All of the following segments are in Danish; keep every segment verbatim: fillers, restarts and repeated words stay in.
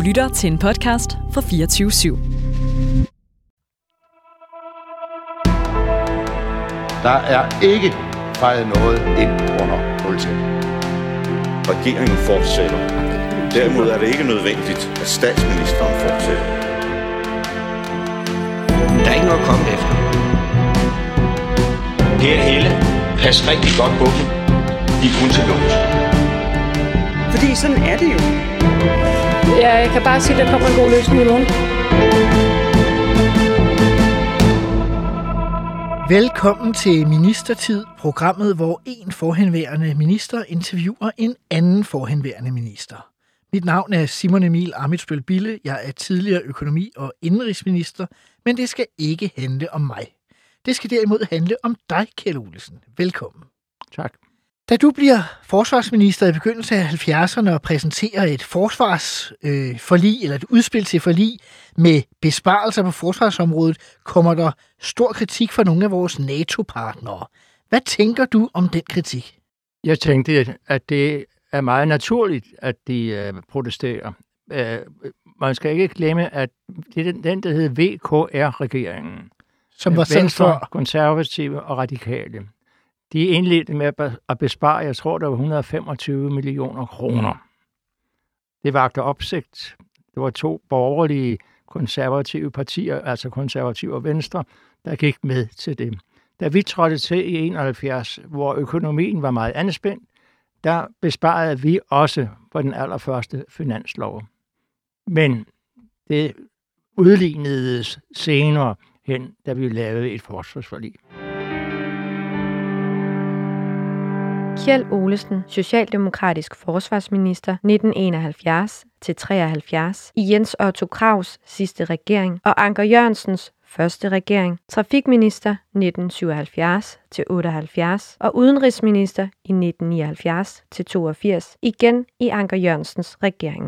lytter til en podcast fra fireogtyve syv. Der er ikke fejret noget ind under politiet. Regeringen fortsætter. Derimod er det ikke nødvendigt, at statsministeren fortsætter. Der er ikke noget at komme efter. Per Helle, pas rigtig godt på dem. De er kun til lås. Fordi sådan er det jo. Ja, jeg kan bare sige, at der kommer en god løsning i morgen. Velkommen til Ministertid, programmet, hvor en forhenværende minister interviewer en anden forhenværende minister. Mit navn er Simon Emil Ammitzbøll-Bille. Jeg er tidligere økonomi- og indenrigsminister, men det skal ikke handle om mig. Det skal derimod handle om dig, Kjeld Olesen. Velkommen. Tak. Da du bliver forsvarsminister i begyndelsen af halvfjerdserne og præsenterer et forsvarsforlig, øh, eller et udspil til forlig med besparelser på forsvarsområdet, kommer der stor kritik fra nogle af vores NATO-partnere. Hvad tænker du om den kritik? Jeg tænkte, at det er meget naturligt, at de øh, protesterer. Øh, man skal ikke glemme, at det er den, der hedder V K R-regeringen. Som var sendt for konservative og radikale. De indledte med at bespare, jeg tror, der var et hundrede og femogtyve millioner kroner. Det vagte opsigt. Det var to borgerlige konservative partier, altså konservative og venstre, der gik med til det. Da vi trådte til i enoghalvfjerds, hvor økonomien var meget anspændt, der besparede vi også på den allerførste finanslov. Men det udlignedes senere hen, da vi lavede et forsvarsforlig. Kjeld Olesen, socialdemokratisk forsvarsminister nitten enoghalvfjerds til treoghalvfjerds i Jens Otto Krags sidste regering og Anker Jørgensens første regering, trafikminister nitten syvoghalvfjerds til otteoghalvfjerds og udenrigsminister i nitten nioghalvfjerds til toogfirs, igen i Anker Jørgensens regeringer.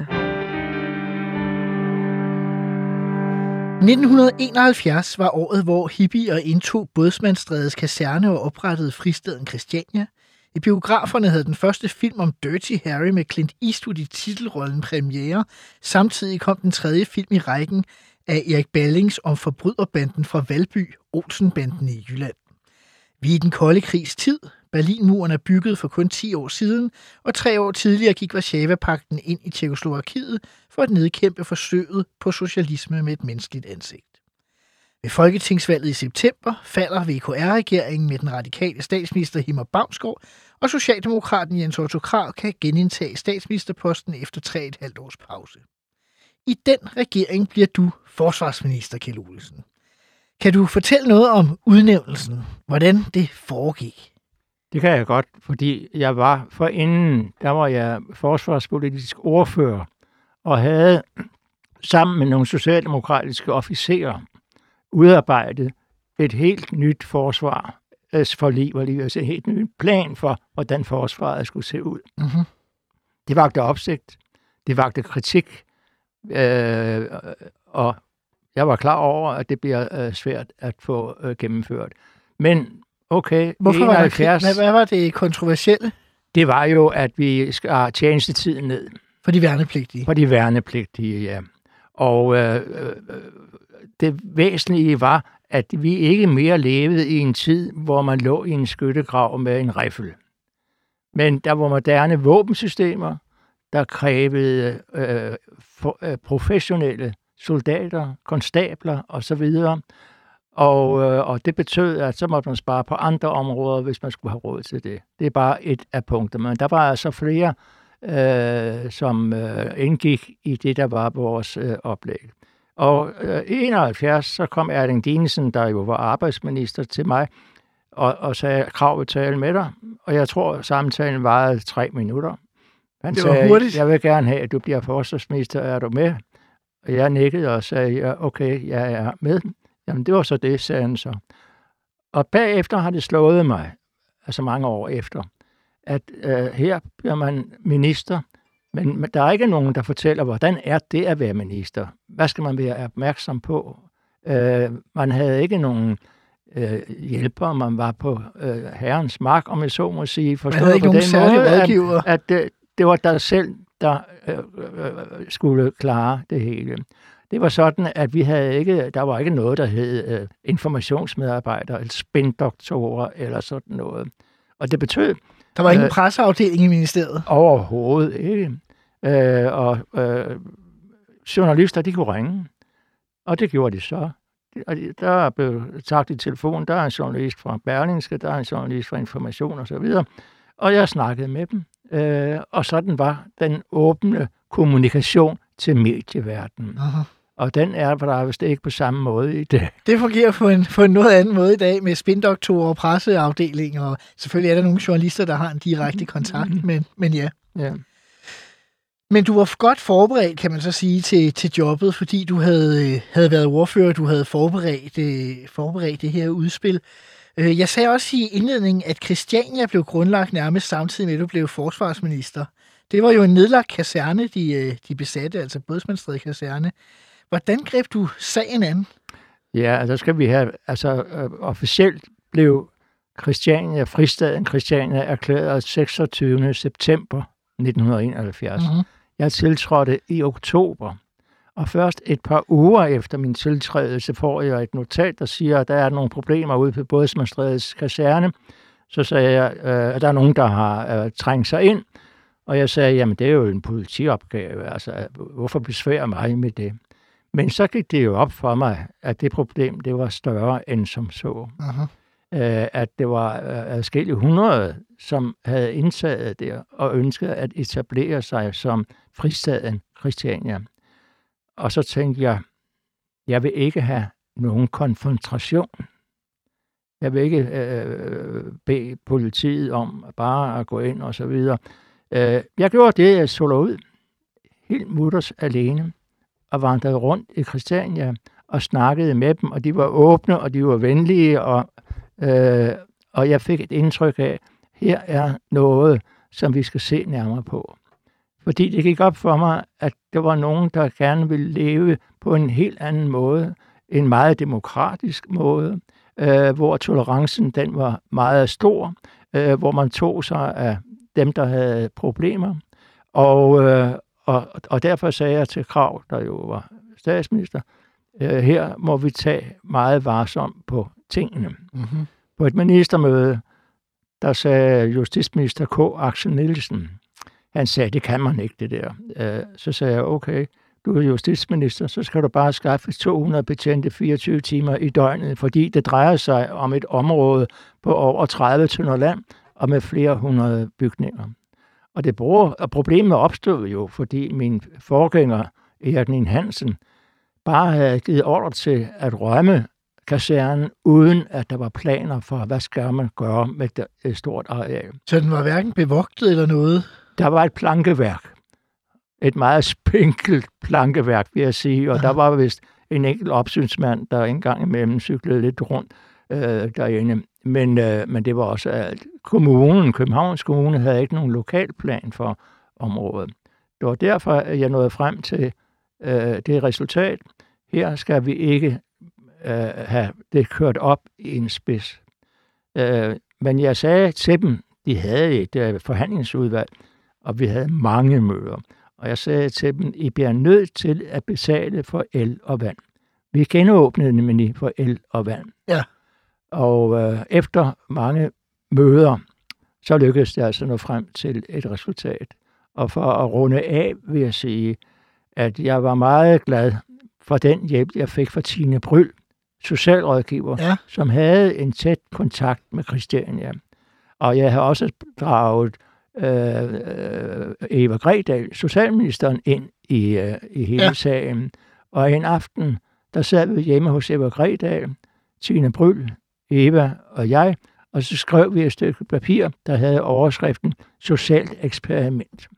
nitten enoghalvfjerds var året, hvor hippier indtog Bådsmandsstrædes kaserne og oprettede fristaden Christiania. I biograferne havde den første film om Dirty Harry med Clint Eastwood i titelrollen premiere. Samtidig kom den tredje film i rækken af Erik Ballings om forbryderbanden fra Valby, Olsenbanden i Jylland. Vi er i den kolde krigs tid. Berlinmuren er bygget for kun ti år siden, og tre år tidligere gik Warszawapagten ind i Tjekkoslovakiet for at nedkæmpe forsøget på socialisme med et menneskeligt ansigt. Ved folketingsvalget i september falder V K R-regeringen med den radikale statsminister Hilmar Baunsgaard, og socialdemokraten Jens Otto Krag kan genindtage statsministerposten efter tre og et halvt års pause. I den regering bliver du forsvarsminister, Kjeld Olesen. Kan du fortælle noget om udnævnelsen? Hvordan det foregik? Det kan jeg godt, fordi jeg var forinden, der var jeg forsvarspolitisk ordfører, og havde sammen med nogle socialdemokratiske officerer udarbejdet et helt nyt forsvar for liv og liv, altså en helt ny plan for, hvordan forsvaret skulle se ud. Mm-hmm. Det vagte opsigt, det vagte kritik, øh, og jeg var klar over, at det bliver øh, svært at få øh, gennemført. Men okay, Hvorfor var der, hvad, hvad var det kontroversielle? Det var jo, at vi skar tjenestetiden ned. For de værnepligtige? For de værnepligtige, ja. Og øh, øh, det væsentlige var, at vi ikke mere levede i en tid, hvor man lå i en skyttegrav med en riffel. Men der var moderne våbensystemer, der krævede øh, for, øh, professionelle soldater, konstabler osv., og, øh, og det betød, at så måtte man spare på andre områder, hvis man skulle have råd til det. Det er bare et af punkterne. Men der var altså flere, øh, som øh, indgik i det, der var vores øh, oplæg. Og øh, i enoghalvfjerds, så kom Erling Dinesen, der jo var arbejdsminister, til mig, og, og sagde, Krag vil tale med dig. Og jeg tror, samtalen varede tre minutter. Han det var sagde, hurtigt. Jeg vil gerne have, at du bliver forsvarsminister. Er du med? Og jeg nikkede og sagde, ja, okay, jeg er med. Jamen, det var så det, sagde han så. Og bagefter har det slået mig, altså mange år efter, at øh, her bliver man minister, men der er ikke nogen, der fortæller, hvordan er det at være minister? Hvad skal man være opmærksom på? Øh, man havde ikke nogen øh, hjælper, man var på øh, herrens mark, om jeg så må sige. Forstået man havde ikke på nogen den særlige måde, rådgiver. At, at det, det var dig selv, der øh, øh, skulle klare det hele. Det var sådan, at vi havde ikke, der var ikke noget, der hed øh, informationsmedarbejdere, eller spindoktorer, eller sådan noget. Og det betød... Der var ingen øh, presseafdeling i ministeriet? Overhovedet ikke. Øh, og øh, journalister, de kunne ringe. Og det gjorde de så. Og der blev sagt i telefon, der er en journalist fra Berlingske, der er en journalist fra Information og så videre. Og jeg snakkede med dem. Øh, og sådan var den åbne kommunikation til medieverdenen. Aha. Og den er der vist ikke på samme måde i dag. Det fungerer på en, på en noget anden måde i dag med spindoktorer og presseafdelinger. Og selvfølgelig er der nogle journalister, der har en direkte kontakt, men, men ja. ja. Men du var godt forberedt, kan man så sige, til, til jobbet, fordi du havde, havde været ordfører, du havde forberedt, forberedt det her udspil. Jeg sagde også i indledningen, at Christiania blev grundlagt nærmest samtidig med, at du blev forsvarsminister. Det var jo en nedlagt kaserne, de, de besatte, altså Bådsmandsstræde kaserne. Hvordan greb du sagen an? Ja, der skal vi have, altså øh, officielt blev Christiania, fristaden Christiania, erklæret seksogtyvende september nitten enoghalvfjerds. Mm-hmm. Jeg tiltrådte i oktober, og først et par uger efter min tiltrædelse får jeg et notat, der siger, at der er nogle problemer ude på Bådsmandsstrædes kaserne. Så sagde jeg, øh, at der er nogen, der har øh, trængt sig ind, og jeg sagde, jamen det er jo en politiopgave, altså hvorfor besvære mig med det? Men så gik det jo op for mig, at det problem, det var større end som så. Uh-huh. Æh, at det var adskillige hundrede, som havde indtaget der og ønskede at etablere sig som fristaden Christiania. Og så tænkte jeg, jeg vil ikke have nogen konfrontation. Jeg vil ikke øh, bede politiet om bare at gå ind og så videre. Øh, jeg gjorde det, jeg så ud helt mutters alene og vandrede rundt i Christiania og snakkede med dem, og de var åbne, og de var venlige, og, øh, og jeg fik et indtryk af, her er noget, som vi skal se nærmere på. Fordi det gik op for mig, at der var nogen, der gerne ville leve på en helt anden måde, en meget demokratisk måde, øh, hvor tolerancen den var meget stor, øh, hvor man tog sig af dem, der havde problemer, og øh, Og, og derfor sagde jeg til Krag, der jo var statsminister, øh, her må vi tage meget varsomt på tingene. Mm-hmm. På et ministermøde, der sagde justitsminister K. Axel Nielsen, han sagde, det kan man ikke det der. Øh, så sagde jeg, okay, du er justitsminister, så skal du bare skaffe to hundrede betjente fireogtyve timer i døgnet, fordi det drejer sig om et område på over tredive tønder land og med flere hundrede bygninger. Og det og problemet opstod jo, fordi min forgænger, Erik Nien Hansen, bare havde givet ordre til at rømme kasernen, uden at der var planer for, hvad skal man gøre med et stort areal. Så den var hverken bevogtet eller noget? Der var et plankeværk. Et meget spinkelt plankeværk, vil jeg sige. Og Aha. Der var vist en enkelt opsynsmand, der engang imellem cyklede lidt rundt øh, derinde. Men, øh, men det var også, at kommunen, Københavns Kommune, havde ikke nogen lokalplan for området. Det var derfor, at jeg nåede frem til øh, det resultat. Her skal vi ikke øh, have det kørt op i en spids. Øh, men jeg sagde til dem, de havde et øh, forhandlingsudvalg, og vi havde mange møder. Og jeg sagde til dem, I bliver nødt til at betale for el og vand. Vi genåbnede nemlig for el og vand. Ja. Og øh, efter mange møder, så lykkedes det altså at nå frem til et resultat. Og for at runde af, vil jeg sige, at jeg var meget glad for den hjælp, jeg fik fra Tine Bryl, socialrådgiver, ja. som havde en tæt kontakt med Christiania. Og jeg har også draget øh, Eva Gredal, socialministeren, ind i, øh, i hele ja. sagen. Og en aften, der sad vi hjemme hos Eva Gredal, Tine Bryl, Eva og jeg, og så skrev vi et stykke papir, der havde overskriften Socialt eksperiment.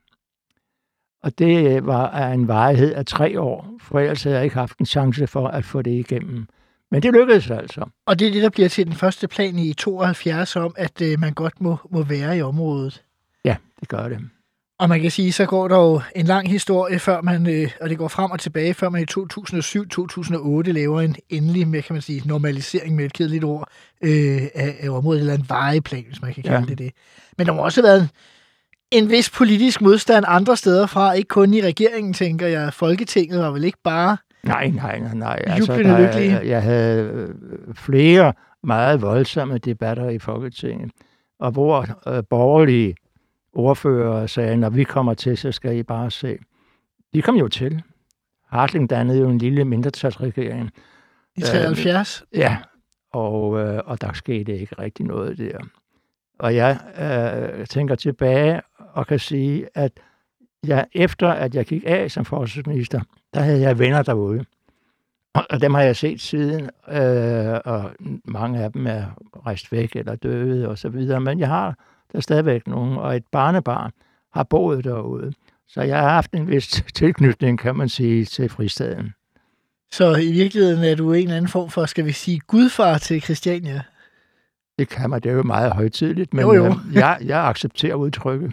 Og det var af en varighed af tre år, for ellers havde jeg ikke haft en chance for at få det igennem. Men det lykkedes altså. Og det er det, der bliver til den første plan i tooghalvfjerds om, at øh, man godt må, må være i området. Ja, det gør det. Og man kan sige, så går der jo en lang historie, før man, øh, og det går frem og tilbage, før man i to tusind og syv til to tusind og otte laver en endelig, med, kan man sige, normalisering med et kedeligt ord øh, af, af området, eller en vareplan, hvis man kan kalde ja. det det. Men der må også have været en vis politisk modstand andre steder fra, ikke kun i regeringen, tænker jeg. Folketinget var vel ikke bare... Nej, nej, nej, nej. Altså, der, jeg, jeg havde flere meget voldsomme debatter i Folketinget, og hvor øh, borgerlige ordfører sagde, når vi kommer til, så skal I bare se. De kom jo til. Hartling dannede jo en lille mindretalsregering. I treoghalvfjerds? Øh, ja, og, øh, og der skete ikke rigtig noget der. Og jeg øh, tænker tilbage og kan sige, at jeg, efter at jeg gik af som forsvarsminister, der havde jeg venner derude. Og, og dem har jeg set siden, øh, og mange af dem er rejst væk eller døde og så videre. Men jeg har der stadigvæk nogen, og et barnebarn har boet derude. Så jeg har haft en vis tilknytning, kan man sige, til fristaden. Så i virkeligheden er du en eller anden form for, skal vi sige, gudfar til Christiania? Det kan man, det er jo meget højtideligt, men jo, jo. jeg, jeg accepterer udtrykket.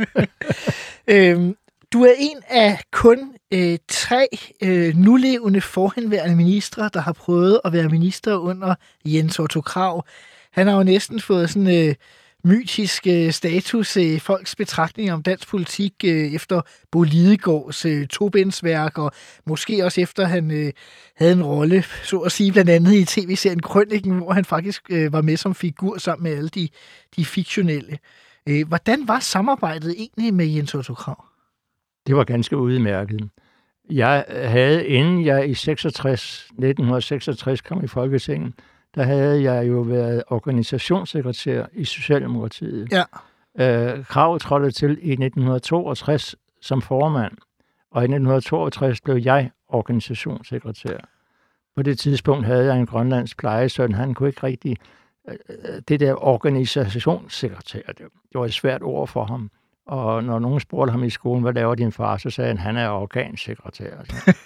øhm, du er en af kun øh, tre øh, nulevende forhenværende ministre, der har prøvet at være minister under Jens Otto Krag. Han har jo næsten fået sådan øh, mytisk øh, status i øh, folks betragtninger om dansk politik øh, efter Bo Lidegaards øh, tobindsværk, og måske også efter han øh, havde en rolle, så at sige, blandt andet i tv-serien Krøniken, hvor han faktisk øh, var med som figur sammen med alle de, de fiktionelle. Øh, hvordan var samarbejdet egentlig med Jens Otto Krag? Det var ganske udmærket. Jeg havde, inden jeg i seksogtres, nitten seksogtres kom i Folketinget, der havde jeg jo været organisationssekretær i Socialdemokratiet. Ja. Øh, Krag trådte til i nitten toogtres som formand, og i nitten toogtres blev jeg organisationssekretær. På det tidspunkt havde jeg en grønlandsk plejesøn. Han kunne ikke rigtig... Øh, det der organisationssekretær, det var et svært ord for ham. Og når nogen spurgte ham i skolen, hvad laver din far, så sagde han, han er organsekretær.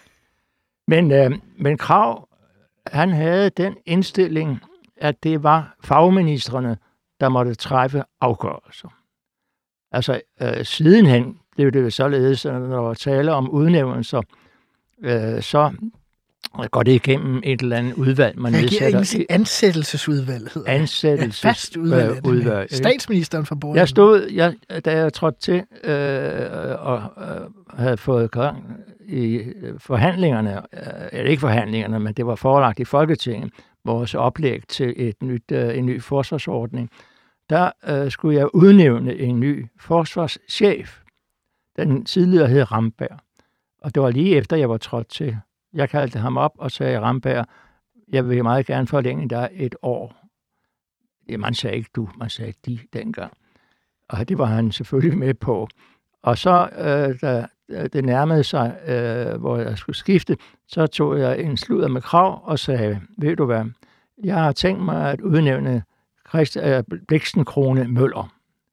men, øh, men Krag, han havde den indstilling, at det var fagministrene, der måtte træffe afgørelser. Altså, øh, sidenhen blev det jo således, at når der taler om udnævnelser, øh, så går det igennem et eller andet udvalg, man nedsætter. Regeringens ansættelsesudvalg hedder det. Ansættelses ja, fast udvalg. Øh, udvalg. Statsministeren for bordet. Jeg stod, jeg, da jeg trådte til øh, og øh, havde fået gang i forhandlingerne, øh, eller ikke forhandlingerne, men det var forelagt i Folketinget, vores oplæg til et nyt, øh, en ny forsvarsordning, der øh, skulle jeg udnævne en ny forsvarschef. Den tidligere hed Ramberg. Og det var lige efter, jeg var trådt til. Jeg kaldte ham op og sagde, Ramberg, jeg vil meget gerne forlænge dig et år. Ja, man sagde ikke du, man sagde de dengang. Og det var han selvfølgelig med på. Og så, øh, da det nærmede sig, øh, hvor jeg skulle skifte, så tog jeg en sludder med Krag og sagde, ved du hvad, jeg har tænkt mig at udnævne Christian Blixen-Krone Møller.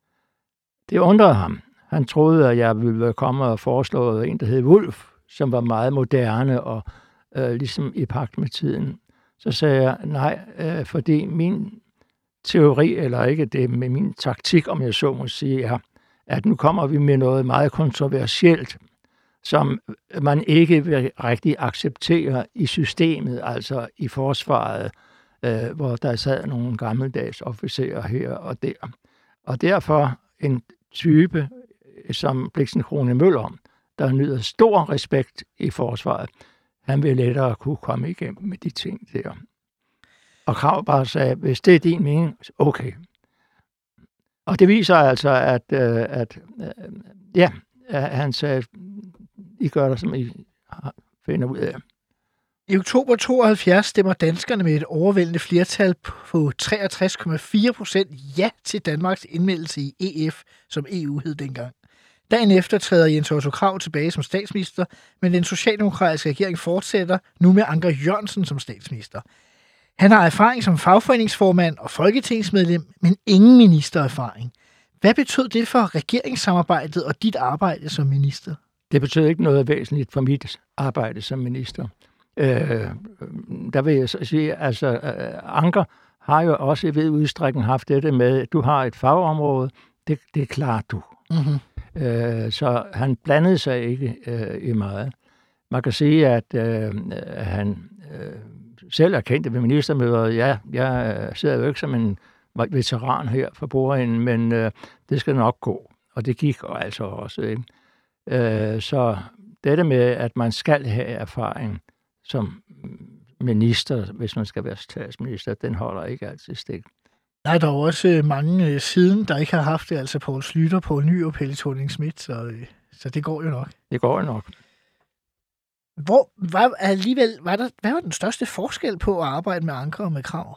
Det undrede ham. Han troede, at jeg ville komme og foreslå en, der hed Wulff, som var meget moderne og øh, ligesom i pagt med tiden. Så sagde jeg, nej, øh, fordi min teori, eller ikke det, med min taktik, om jeg så må sige, er, at nu kommer vi med noget meget kontroversielt, som man ikke vil rigtig acceptere i systemet, altså i forsvaret, øh, hvor der sad nogle gammeldags officerer her og der. Og derfor en type som Blixen-Krone Møller, der nyder stor respekt i forsvaret, han vil lettere kunne komme igennem med de ting der. Og Krag bare sagde, hvis det er din mening, okay. Og det viser altså, at, øh, at øh, ja, han sagde, I gør det, som I finder ud af. I oktober tooghalvfjerds stemmer danskerne med et overvældende flertal på treogtres komma fire procent ja til Danmarks indmeldelse i E F, som E U hed dengang. Dagen efter træder Jens Otto Krag tilbage som statsminister, men den socialdemokratiske regering fortsætter nu med Anker Jørgensen som statsminister. Han har erfaring som fagforeningsformand og folketingsmedlem, men ingen ministererfaring. Hvad betød det for regeringssamarbejdet og dit arbejde som minister? Det betød ikke noget væsentligt for mit arbejde som minister. Øh, der vil jeg så sige, altså øh, Anker har jo også i vid udstrækning haft dette med, at du har et fagområde, det, det klarer du. Mm-hmm. Øh, så han blandede sig ikke øh, i meget. Man kan sige, at øh, han øh, selv erkendte ved ministermødet, ja, jeg sidder jo ikke som en veteran her for bordenden, men øh, det skal nok gå. og det gik altså også. Ikke? Øh, så dette med, at man skal have erfaring som minister, hvis man skal være statsminister, den holder ikke altid stik. Nej, der er også mange øh, siden, der ikke har haft det, altså Poul Schlüter, Poul Nyrup, Helle Thorning-Schmidt, så, øh, så det går jo nok. Det går jo nok. Hvor var alligevel, var der, hvad var den største forskel på at arbejde med Anker og med Krag?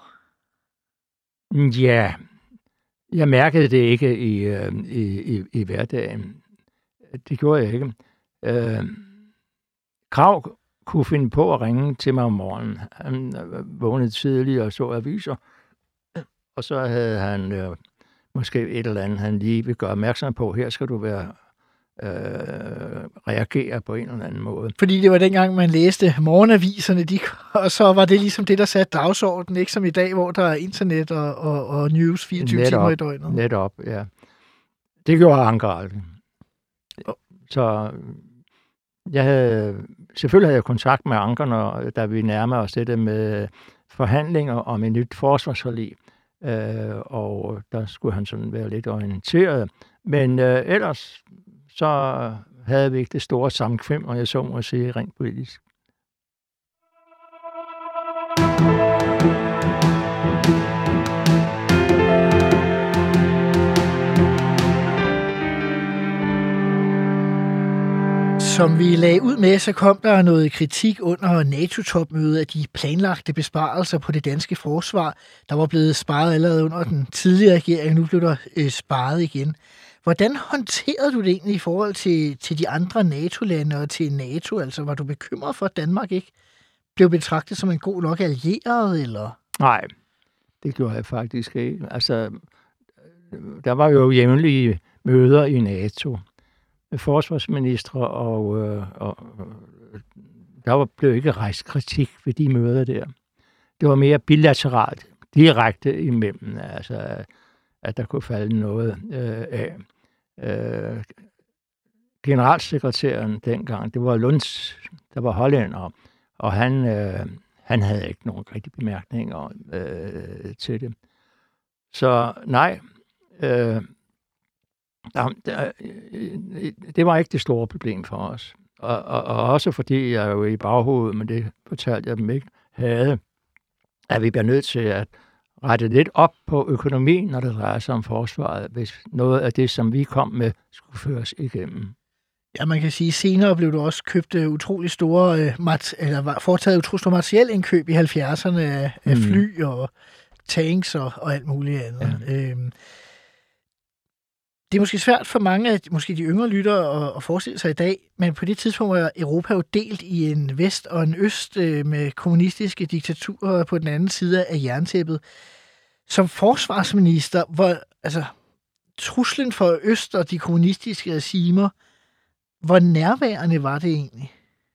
Ja, jeg mærkede det ikke i, øh, i, i, i hverdagen. Det gjorde jeg ikke. Øh, Krag kunne finde på at ringe til mig om morgenen. Han vågnede tidligt og så aviser, og så havde han øh, måske et eller andet, han lige vil gøre opmærksom på. Her skal du være øh, reagere på en eller anden måde. Fordi det var dengang, man læste morgenaviserne, de, og så var det ligesom det, der satte dagsordenen, ikke som i dag, hvor der er internet og, og, og news fireogtyve netop, timer i døgnet. Netop, ja. Det gjorde Anker aldrig. Oh. Så jeg havde, selvfølgelig havde jeg kontakt med Anker, når, da vi nærmede os det med forhandlinger om et nyt forsvarsforlig. Øh, og der skulle han sådan være lidt orienteret. Men øh, ellers så havde vi ikke det store samkvem, og jeg så må sige rent politisk. Som vi lagde ud med, så kom der noget kritik under NATO-topmødet af de planlagte besparelser på det danske forsvar. Der var blevet sparet allerede under den tidligere regering, nu blev der øh, sparet igen. Hvordan håndterede du det egentlig i forhold til, til de andre NATO-lande og til NATO? Altså, var du bekymret for, at Danmark ikke blev betragtet som en god nok allieret, eller? Nej, det gjorde jeg faktisk ikke. Altså, der var jo jævnlige møder i NATO med forsvarsministre, og, øh, og der var, blev ikke rejst kritik ved de møder der. Det var mere bilateralt, direkte imellem, altså at der kunne falde noget øh, af. Øh, generalsekretæren dengang, det var Lunds, der var hollænder, og han, øh, han havde ikke nogen rigtig bemærkninger øh, til det. Så nej, øh, der, der, det var ikke det store problem for os. Og, og, og også fordi jeg jo i baghovedet, men det fortalte jeg dem ikke, havde, at vi bliver nødt til at rette lidt op på økonomien, når det drejer sig om forsvaret, hvis noget af det, som vi kom med, skulle føres igennem. Ja, man kan sige, senere blev du også købt utrolig store, øh, mat, eller foretaget utrolig store materielindkøb i halvfjerdserne af, mm. af fly og tanks og, og alt muligt andet. Ja. Øhm, det er måske svært for mange af måske de yngre lyttere at, at forestille sig i dag, men på det tidspunkt var Europa jo delt i en vest og en øst øh, med kommunistiske diktaturer på den anden side af jerntæppet. Som forsvarsminister, hvor altså, truslen for øst og de kommunistiske regimer, hvor nærværende var det egentlig?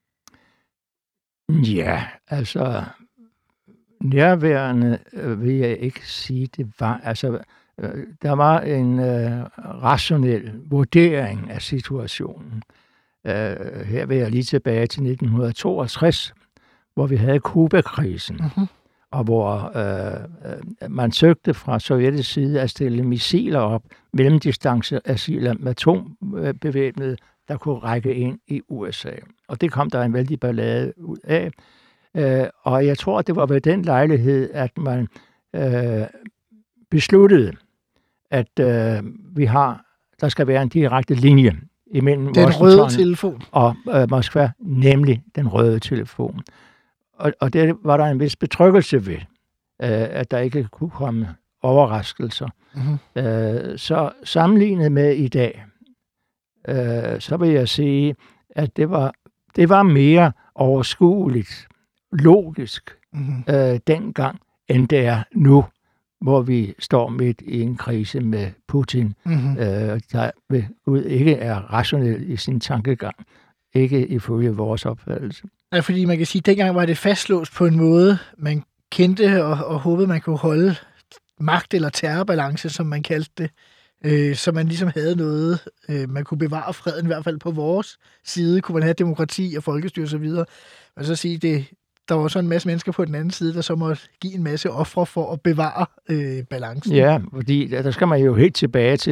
Ja, altså nærværende øh, vil jeg ikke sige, det var. Altså, øh, der var en øh, rationel vurdering af situationen. Øh, her vil jeg lige tilbage til nitten toogtres, hvor vi havde Kuba-krisen, mm-hmm. og hvor øh, man søgte fra sovjetisk side at stille missiler op, mellemdistanceassiler med atombevæbnede, der kunne række ind i U S A. Og det kom der en vældig ballade ud af. Øh, og jeg tror, det var ved den lejlighed, at man øh, besluttede, at øh, vi har, der skal være en direkte linje imellem den Washington røde telefon og øh, Moskva, nemlig den røde telefon. Og, og det var der en vis betryggelse ved, øh, at der ikke kunne komme overraskelser. Mm-hmm. Øh, så sammenlignet med i dag, øh, så vil jeg sige, at det var, det var mere overskueligt, logisk mm-hmm. øh, dengang, end det er nu, hvor vi står midt i en krise med Putin, mm-hmm. øh, der ved Gud ikke er rationel i sin tankegang, ikke ifølge vores opfattelse. Ja, fordi man kan sige, at dengang var det fastlåst på en måde, man kendte og, og håbede, man kunne holde magt- eller terrorbalance, som man kaldte det, øh, så man ligesom havde noget, øh, man kunne bevare freden, i hvert fald på vores side, kunne man have demokrati og folkestyre osv. Og så sige, det der var så en masse mennesker på den anden side, der så måtte give en masse ofre for at bevare øh, balancen. Ja, fordi der skal man jo helt tilbage til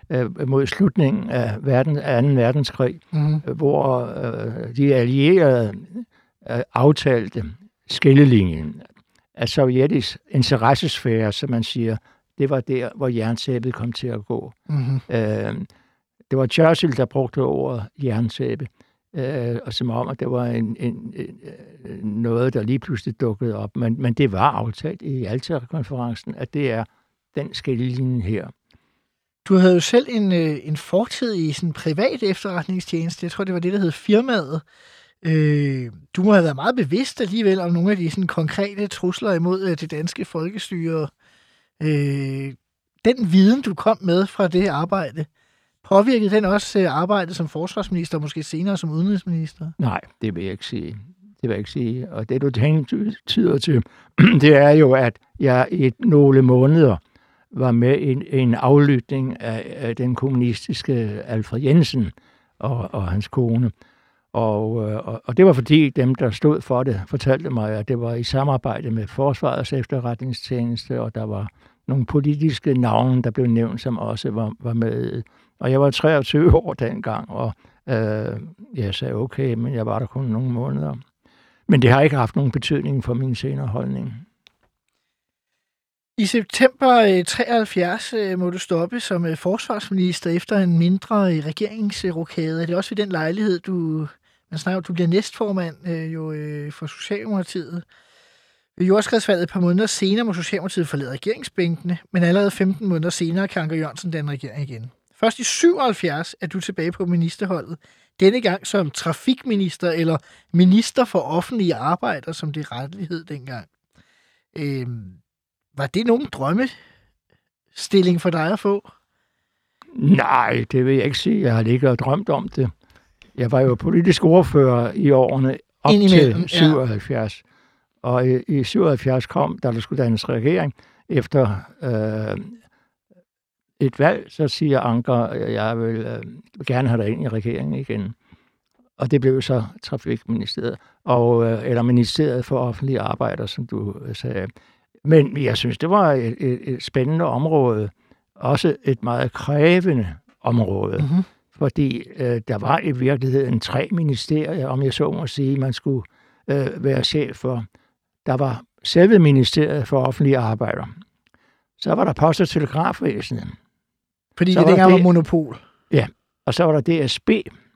øh, mod slutningen af verden, anden verdenskrig, Mm-hmm. hvor øh, de allierede øh, aftalte skillelinjen af sovjetisk interessesfære, som man siger, det var der, hvor jerntæppet kom til at gå. Mm-hmm. Øh, det var Churchill, der brugte ordet jerntæppe, øh, og som om, at det var en, en, en, noget, der lige pludselig dukkede op. Men, men det var aftalt i Alta-konferencen, at det er den skillelinje her. Du havde jo selv en, en fortid i sådan en privat efterretningstjeneste. Jeg tror, det var det, der hed firmaet. Øh, du må have været meget bevidst alligevel om nogle af de sådan konkrete trusler imod det danske folkestyre. Øh, den viden, du kom med fra det arbejde, påvirkede den også arbejdet som forsvarsminister, og måske senere som udenrigsminister? Nej, det vil jeg ikke sige. Det vil jeg ikke sige. Og det, du tyder til, det er jo, at jeg i nogle måneder var med i en, en aflytning af, af den kommunistiske Alfred Jensen og, og hans kone. Og, og, og det var fordi dem, der stod for det, fortalte mig, at det var i samarbejde med Forsvarets efterretningstjeneste, og der var nogle politiske navne, der blev nævnt, som også var, var med. Og jeg var treogtyve år dengang, og øh, jeg sagde okay, men jeg var der kun nogle måneder. Men det har ikke haft nogen betydning for min senere holdning. I september treoghalvfjerds må du stoppe som forsvarsminister efter en mindre regeringsrokade. Er det også ved den lejlighed, du, man snakker, du bliver næstformand jo, for Socialdemokratiet? Ved jordskredsvalget et par måneder senere må Socialdemokratiet forlade regeringsbænkene, men allerede femten måneder senere kan Anker Jørgensen danne regering igen. Først i syvoghalvfjerds er du tilbage på ministerholdet. Denne gang som trafikminister eller minister for offentlige arbejder, som det rettighed dengang. Øhm, var det nogen drømmestilling for dig at få? Nej, det vil jeg ikke sige. Jeg har ikke drømt om det. Jeg var jo politisk ordfører i årene op til syvoghalvfjerds. Ja. Og i, i syvoghalvfjerds kom, da der skulle dannes regering, efter øh, et valg, så siger Anker, jeg vil øh, gerne have dig ind i regeringen igen. Og det blev så Trafikministeriet, og, øh, eller Ministeriet for Offentlige Arbejder, som du sagde. Men jeg synes, det var et, et, et spændende område. Også et meget krævende område. Mm-hmm. Fordi øh, der var i virkeligheden tre ministerier, om jeg så må sige, man skulle øh, være chef for. Der var selve Ministeriet for Offentlige Arbejder. Så var der Post- og Telegrafvæsenet. Fordi så det dengang var, var monopol. Ja, og så var der D S B.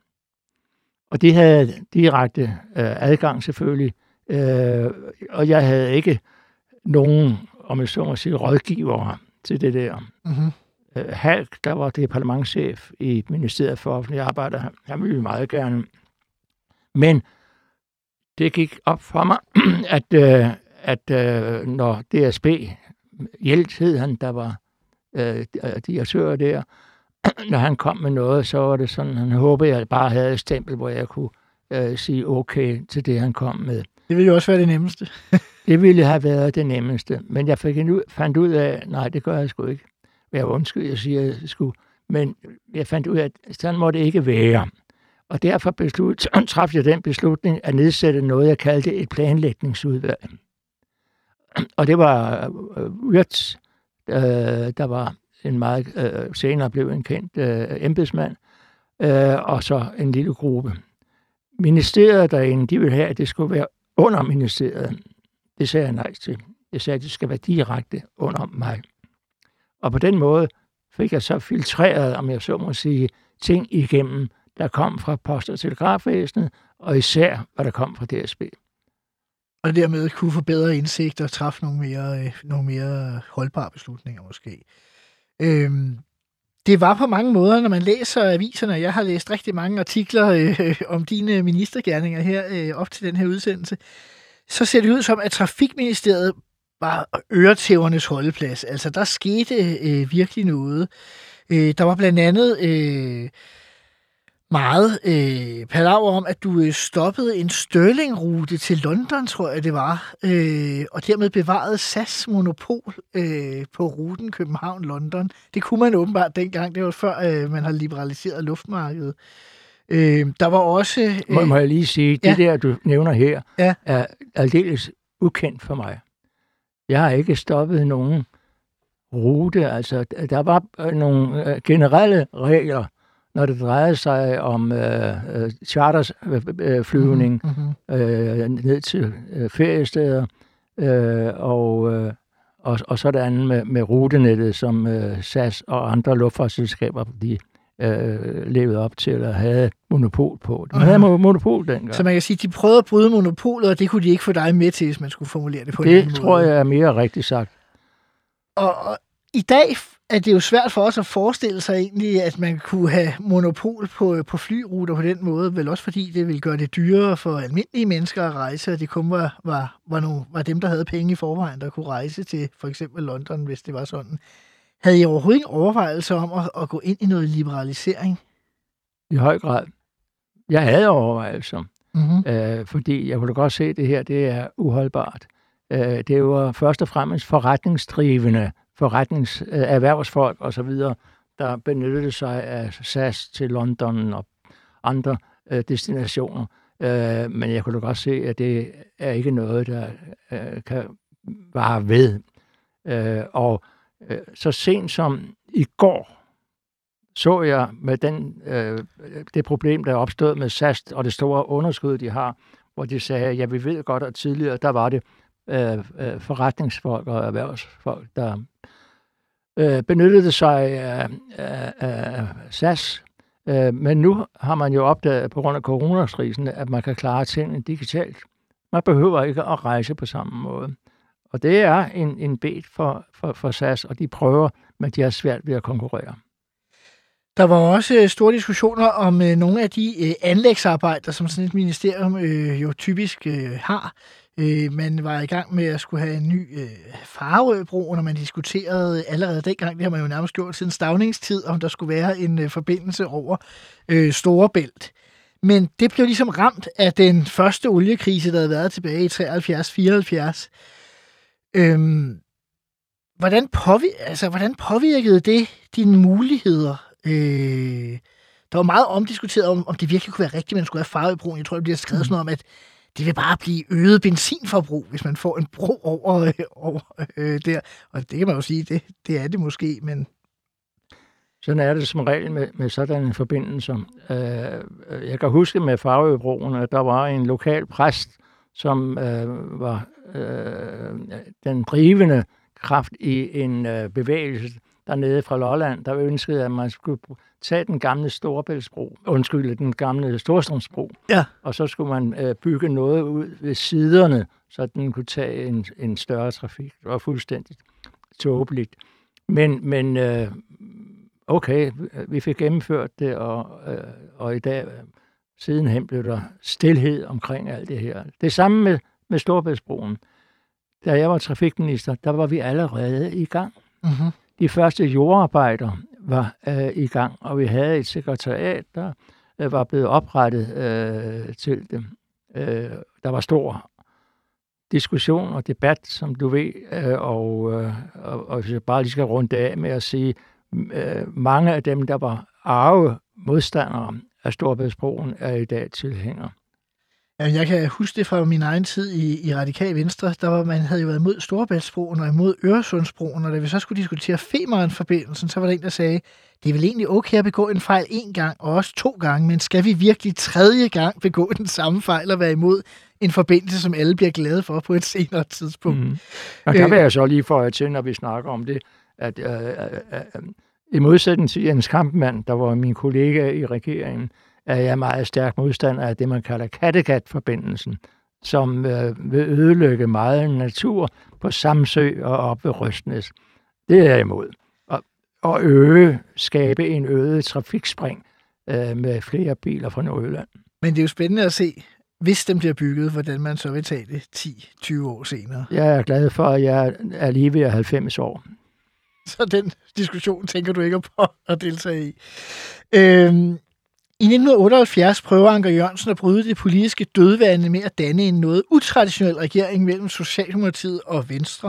Og de havde direkte øh, adgang selvfølgelig. Øh, og jeg havde ikke nogen, om jeg så må sige, rådgivere til det der. Mm-hmm. Øh, Halk, der var departementschef i Ministeriet for Offentlige Arbejder, han, han ville meget gerne. Men det gik op for mig, at, øh, at øh, når D S B, Hjelt hed han, der var øh, direktør der, når han kom med noget, så var det sådan, han håbede, at jeg bare havde et stempel, hvor jeg kunne øh, sige okay til det, han kom med. Det ville jo også være det nemmeste. Det ville have været det nemmeste, men jeg fik en ud, fandt ud af, nej, det gør jeg sgu ikke. Jeg undskyld, jeg siger, jeg skulle, men jeg fandt ud af, at sådan må det ikke være. Og derfor beslut, træffede jeg den beslutning at nedsætte noget, jeg kaldte et planlægningsudvalg. Og det var uh, Wirtz, uh, der var en meget uh, senere blev en kendt uh, embedsmand, uh, og så en lille gruppe. Ministeriet derinde, de ville have, at det skulle være under ministeriet. Det sagde jeg nej til. Jeg sagde, at det skal være direkte under mig. Og på den måde fik jeg så filtreret, om jeg så må sige, ting igennem, der kom fra Post- og Telegrafvæsenet, og især, hvad der kom fra D S B. Og dermed kunne få bedre indsigt og træffe nogle mere, nogle mere holdbare beslutninger måske. Øhm, det var på mange måder, når man læser aviserne, og jeg har læst rigtig mange artikler øh, om dine ministergerninger her øh, op til den her udsendelse, så ser det ud som, at Trafikministeriet var øretævernes holdeplads. Altså, der skete øh, virkelig noget. Øh, der var blandt andet øh, meget øh, palaver om, at du øh, stoppede en Stirling-rute til London, tror jeg det var, øh, og dermed bevarede S A S monopol øh, på ruten København-London. Det kunne man åbenbart dengang. Det var før, øh, man har liberaliseret luftmarkedet. Øh, der var også... Øh, må, må jeg lige sige, ja. Det der, du nævner her, ja. er aldeles ukendt for mig. Jeg har ikke stoppet nogen rute. Altså, der var nogle generelle regler, når det drejede sig om øh, charterflyvning mm-hmm. øh, ned til øh, feriesteder, øh, og, øh, og, og sådan med, med rutenettet, som øh, S A S og andre luftfartsselskaber, de øh, levede op til at have monopol på. Man havde monopol dengang. Så man kan sige, at de prøvede at bryde monopolet, og det kunne de ikke få dig med til, hvis man skulle formulere det på det en anden måde. Det tror jeg er mere rigtigt sagt. Og, og i dag er det jo svært for os at forestille sig egentlig, at man kunne have monopol på, på flyruter på den måde, vel også fordi det ville gøre det dyrere for almindelige mennesker at rejse, og det kun var, var, var, nogle, var dem, der havde penge i forvejen, der kunne rejse til for eksempel London, hvis det var sådan. Havde I overhovedet ikke overvejelser om at, at gå ind i noget liberalisering? I høj grad. Jeg havde overvejelser, mm-hmm. øh, fordi jeg kunne godt se, at det her det er uholdbart. Øh, det var først og fremmest forretningsdrivende, forretnings, øh, erhvervsfolk osv., der benyttede sig af S A S til London og andre øh, destinationer. Øh, men jeg kunne godt se, at det er ikke noget, der øh, kan vare ved. Øh, og øh, så sent som i går, så jeg med den, øh, det problem, der er opstået med S A S og det store underskud, de har, hvor de sagde, ja, vi ved godt, at tidligere, der var det øh, øh, forretningsfolk og erhvervsfolk, der øh, benyttede sig af, af, af S A S. Øh, men nu har man jo opdaget på grund af coronakrisen, at man kan klare tingene digitalt. Man behøver ikke at rejse på samme måde. Og det er en, en bed for, for, for S A S, og de prøver, men de har svært ved at konkurrere. Der var også store diskussioner om øh, nogle af de øh, anlægsarbejder, som sådan et ministerium øh, jo typisk øh, har. Øh, man var i gang med at skulle have en ny øh, Farøbro, når man diskuterede allerede dengang, det har man jo nærmest gjort siden Stauningstid, om der skulle være en øh, forbindelse over øh, Storebælt. Men det blev ligesom ramt af den første oliekrise, der havde været tilbage i treoghalvfjerds fireoghalvfjerds. Øhm, hvordan, påvir- altså, hvordan påvirkede det dine muligheder? Øh, der var meget omdiskuteret om, om det virkelig kunne være rigtigt, at man skulle have Farøbroen. Jeg tror, det bliver skrevet sådan om, at det vil bare blive øget benzinforbrug, hvis man får en bro over, øh, over øh, der. Og det kan man jo sige, det, det er det måske, men... Sådan er det som regel med, med sådan en forbindelse. Øh, jeg kan huske med Farøbroen, at der var en lokal præst, som øh, var øh, den drivende kraft i en øh, bevægelse dernede fra Lolland, der ønskede, at man skulle tage den gamle Storebæltsbro, undskyld, den gamle Storstrømsbro, ja. Og så skulle man øh, bygge noget ud ved siderne, så den kunne tage en, en større trafik. Det var fuldstændig tåbeligt. Men, men øh, okay, vi fik gennemført det, og, øh, og i dag, sidenhen blev der stilhed omkring alt det her. Det samme med, med Storebæltsbroen. Da jeg var trafikminister, der var vi allerede i gang. Mm-hmm. De første jordarbejder var øh, i gang, og vi havde et sekretariat, der øh, var blevet oprettet øh, til det. Øh, der var stor diskussion og debat, som du ved, øh, og, øh, og, og hvis jeg bare lige skal runde af med at sige, øh, mange af dem, der var arve modstandere af Storebæltsbroen, er i dag tilhængere. Jeg kan huske det fra min egen tid i, i Radikal Venstre. Der var, man havde jo været imod Storebæltsbroen og imod Øresundsbroen, og da vi så skulle diskutere Femern-forbindelsen, så var der en, der sagde, det er vel egentlig okay at begå en fejl en gang, og også to gange, men skal vi virkelig tredje gang begå den samme fejl og være imod en forbindelse, som alle bliver glade for på et senere tidspunkt? Mm. Og der vil jeg så lige få til, når vi snakker om det, at øh, øh, øh, i modsætning til Jens Kampmann, der var min kollega i regeringen, er jeg meget stærk modstander af det, man kalder Kattegat-forbindelsen, som øh, vil ødelægge meget natur på Samsø og op ved Røstnæs. Det er jeg imod. Og, og øge, skabe en øget trafikspring øh, med flere biler fra Nordjylland. Men det er jo spændende at se, hvis den bliver bygget, hvordan man så vil tage det ti til tyve år senere. Jeg er glad for, at jeg er lige ved halvfems år. Så den diskussion tænker du ikke på at deltage i. Øhm, I nitten otteoghalvfjerds prøver Anker Jørgensen at bryde det politiske dødvande med at danne en noget utraditionel regering mellem Socialdemokratiet og Venstre.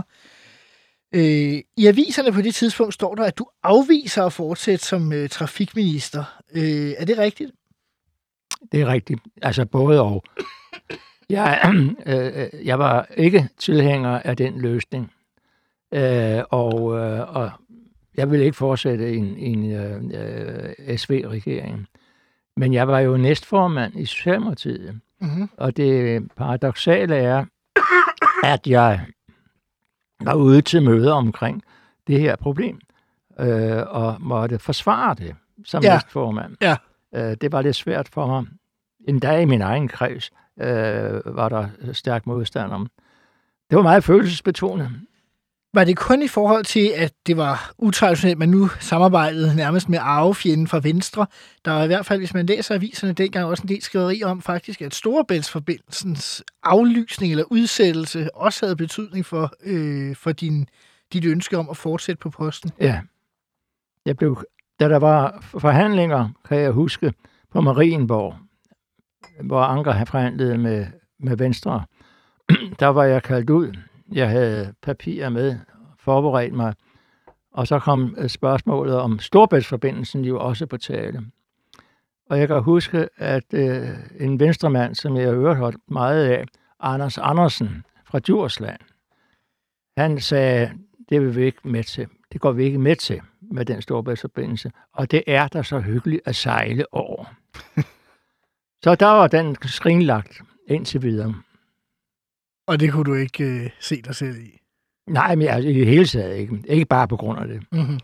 Øh, I aviserne på det tidspunkt står der, at du afviser at fortsætte som øh, trafikminister. Øh, er det rigtigt? Det er rigtigt. Altså både og. Jeg, øh, jeg var ikke tilhænger af den løsning. Øh, og, øh, og jeg ville ikke fortsætte i en, en øh, S V-regering. Men jeg var jo næstformand i Socialdemokratiet. Mm-hmm. Og det paradoksale er, at jeg var ude til møder omkring det her problem, øh, og måtte forsvare det som ja. næstformand. Ja. Øh, det var lidt svært for mig. En dag i min egen kreds øh, var der stærk modstand om. Det var meget følelsesbetonet. Var det kun i forhold til, at det var utraditionelt, man nu samarbejdede nærmest med arvefjenden fra Venstre? Der var i hvert fald, hvis man læser aviserne dengang, også en del skriveri om faktisk, at Storebæltsforbindelsens aflysning eller udsættelse også havde betydning for, øh, for din, dit ønske om at fortsætte på posten. Ja. Jeg blev, da der var forhandlinger, kan jeg huske, på Marienborg, hvor Anker havde forhandlet med, med Venstre, der var jeg kaldt ud. Jeg havde papirer med, forberedt mig, og så kom spørgsmålet om Storebæltsforbindelsen jo også på tale. Og jeg kan huske, at øh, en venstremand, som jeg har hørt meget af, Anders Andersen fra Djursland, han sagde, det vil vi ikke med til. Det går vi ikke med til med den Storebæltsforbindelse. Og det er da så hyggeligt at sejle over. Så der var den skrinlagt indtil videre. Og det kunne du ikke øh, se dig selv i? Nej, men altså, i det hele taget ikke. Ikke bare på grund af det. Mm-hmm.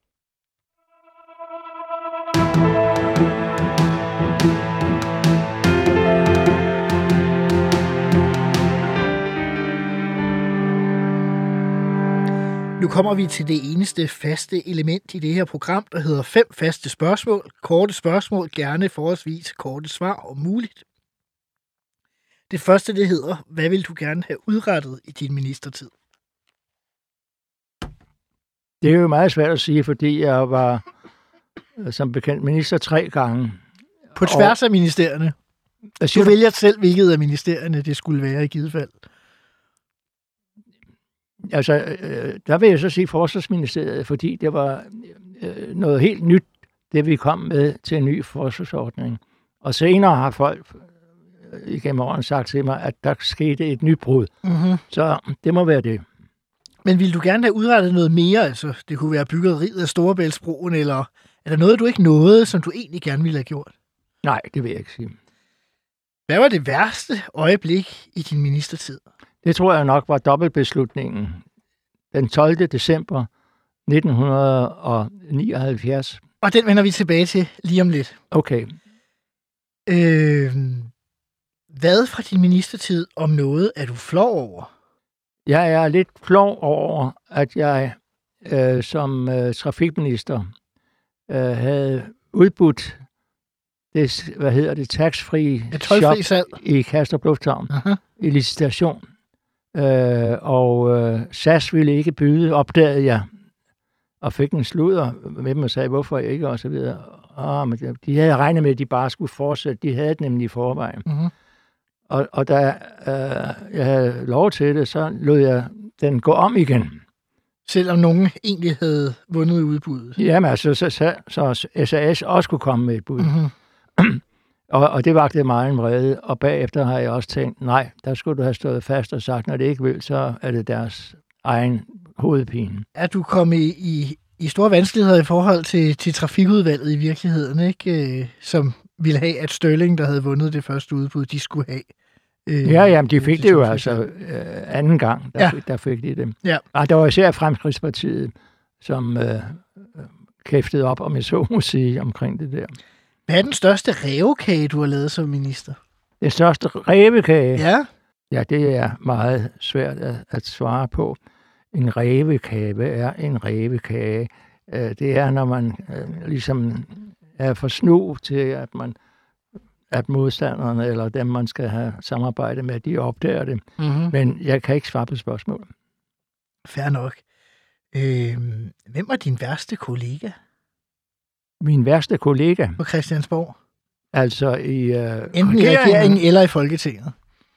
Nu kommer vi til det eneste faste element i det her program, der hedder fem faste spørgsmål. Korte spørgsmål, gerne forholdsvis korte svar om muligt. Det første, det hedder, hvad vil du gerne have udrettet i din ministertid? Det er jo meget svært at sige, fordi jeg var som bekendt minister tre gange. På tværs af ministerierne? Du vælger selv, hvilket af ministerierne det skulle være i givet fald. Altså, der vil jeg så sige Forsvarsministeriet, fordi det var noget helt nyt, det vi kom med til en ny forsvarsordning. Og senere har folk igennem årene sagt til mig, at der skete et nybrud. Mm-hmm. Så det må være det. Men vil du gerne have udrettet noget mere? Altså, det kunne være byggeriet af Storebæltsbroen, eller er der noget, du ikke nåede, som du egentlig gerne ville have gjort? Nej, det vil jeg ikke sige. Hvad var det værste øjeblik i din ministertid? Det tror jeg nok var dobbeltbeslutningen. Den tolvte december nitten nioghalvfjerds. Og den vender vi tilbage til lige om lidt. Okay. Øh, hvad fra din ministertid om noget er du flov over? Jeg er lidt flov over, at jeg øh, som øh, trafikminister øh, havde udbudt det, hvad hedder det, tax-free shop i Kastrup Lufthavn uh-huh. i licitation. Øh, og øh, S A S ville ikke byde, opdagede jeg, og fik en sludder med dem og sagde, hvorfor ikke, og så videre. Oh, men de havde regnet med, at de bare skulle fortsætte. De havde det nemlig i forvejen. Uh-huh. Og, og da øh, jeg havde lov til det, så lod jeg den gå om igen. Selvom nogen egentlig havde vundet udbuddet? Jamen, altså, så, så, så S A S også kunne komme med et bud. Mm-hmm. og, og det vagte meget en vrede. Og bagefter har jeg også tænkt, nej, der skulle du have stået fast og sagt, når det ikke vil, så er det deres egen hovedpine. Er du kommet i, i, i store vanskeligheder i forhold til, til trafikudvalget i virkeligheden, ikke? Som ville have, at Størling, der havde vundet det første udbud, de skulle have? Øh, ja, jamen, de fik det jo altså øh, anden gang, der, ja. fik, der fik de det. Ja. Og der var især Fremskridtspartiet, som øh, kæftede op, om jeg så må sige, omkring det der. Hvad er den største rævekage, du har lavet som minister? Den største rævekage? Ja. Ja, det er meget svært at, at svare på. En rævekage, hvad er en rævekage? Øh, det er, når man øh, ligesom er for snu til, at man at modstanderne, eller dem, man skal have samarbejde med, de opdager det. Mm-hmm. Men jeg kan ikke svare på spørgsmål. Fair nok. Øh, hvem var din værste kollega? Min værste kollega? På Christiansborg? Altså i øh, enten regeringen, i regeringen eller i Folketinget?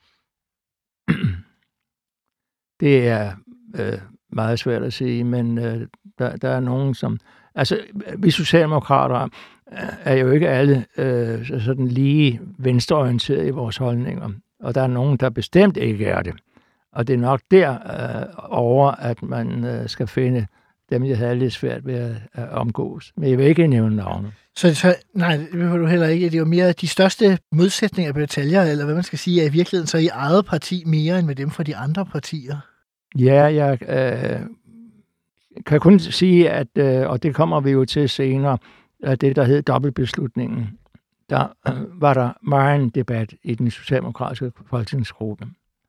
Det er øh, meget svært at sige, men øh, der, der er nogen, som... Altså, vi socialdemokrater er jo ikke alle øh, sådan lige venstreorienterede i vores holdninger. Og der er nogen, der bestemt ikke er det. Og det er nok der øh, over, at man øh, skal finde dem, jeg havde lidt svært ved at, at omgås. Men jeg vil ikke nævne navne. Så, så nej, det vil du heller ikke. Det er jo mere de største modsætninger på detaljer, eller hvad man skal sige, er i virkeligheden så i eget parti mere end med dem fra de andre partier. Ja, jeg øh, kan kun sige, at, øh, og det kommer vi jo til senere, at det, der hed dobbeltbeslutningen, der øh, var der meget en debat i den socialdemokratiske folketingsgruppe.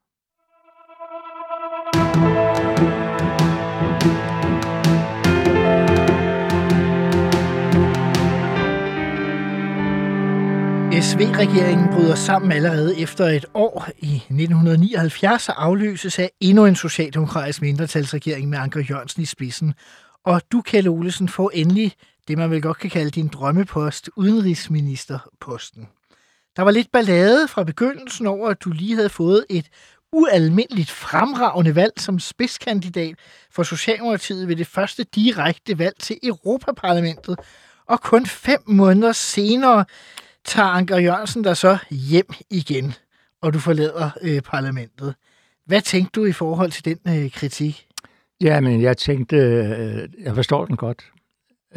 S V-regeringen bryder sammen allerede efter et år i nitten nioghalvfjerds og afløses af endnu en socialdemokratisk mindretalsregering med Anker Jørgensen i spidsen. Og du, Kjeld Olesen, får endelig det, man vel godt kan kalde din drømmepost, udenrigsministerposten. Der var lidt ballade fra begyndelsen over, at du lige havde fået et ualmindeligt fremragende valg som spidskandidat for Socialdemokratiet ved det første direkte valg til Europaparlamentet. Og kun fem måneder senere tager Anker Jørgensen der så hjem igen, og du forlader øh, parlamentet. Hvad tænkte du i forhold til den øh, kritik? Ja, men jeg tænkte, øh, jeg forstår den godt. Øh,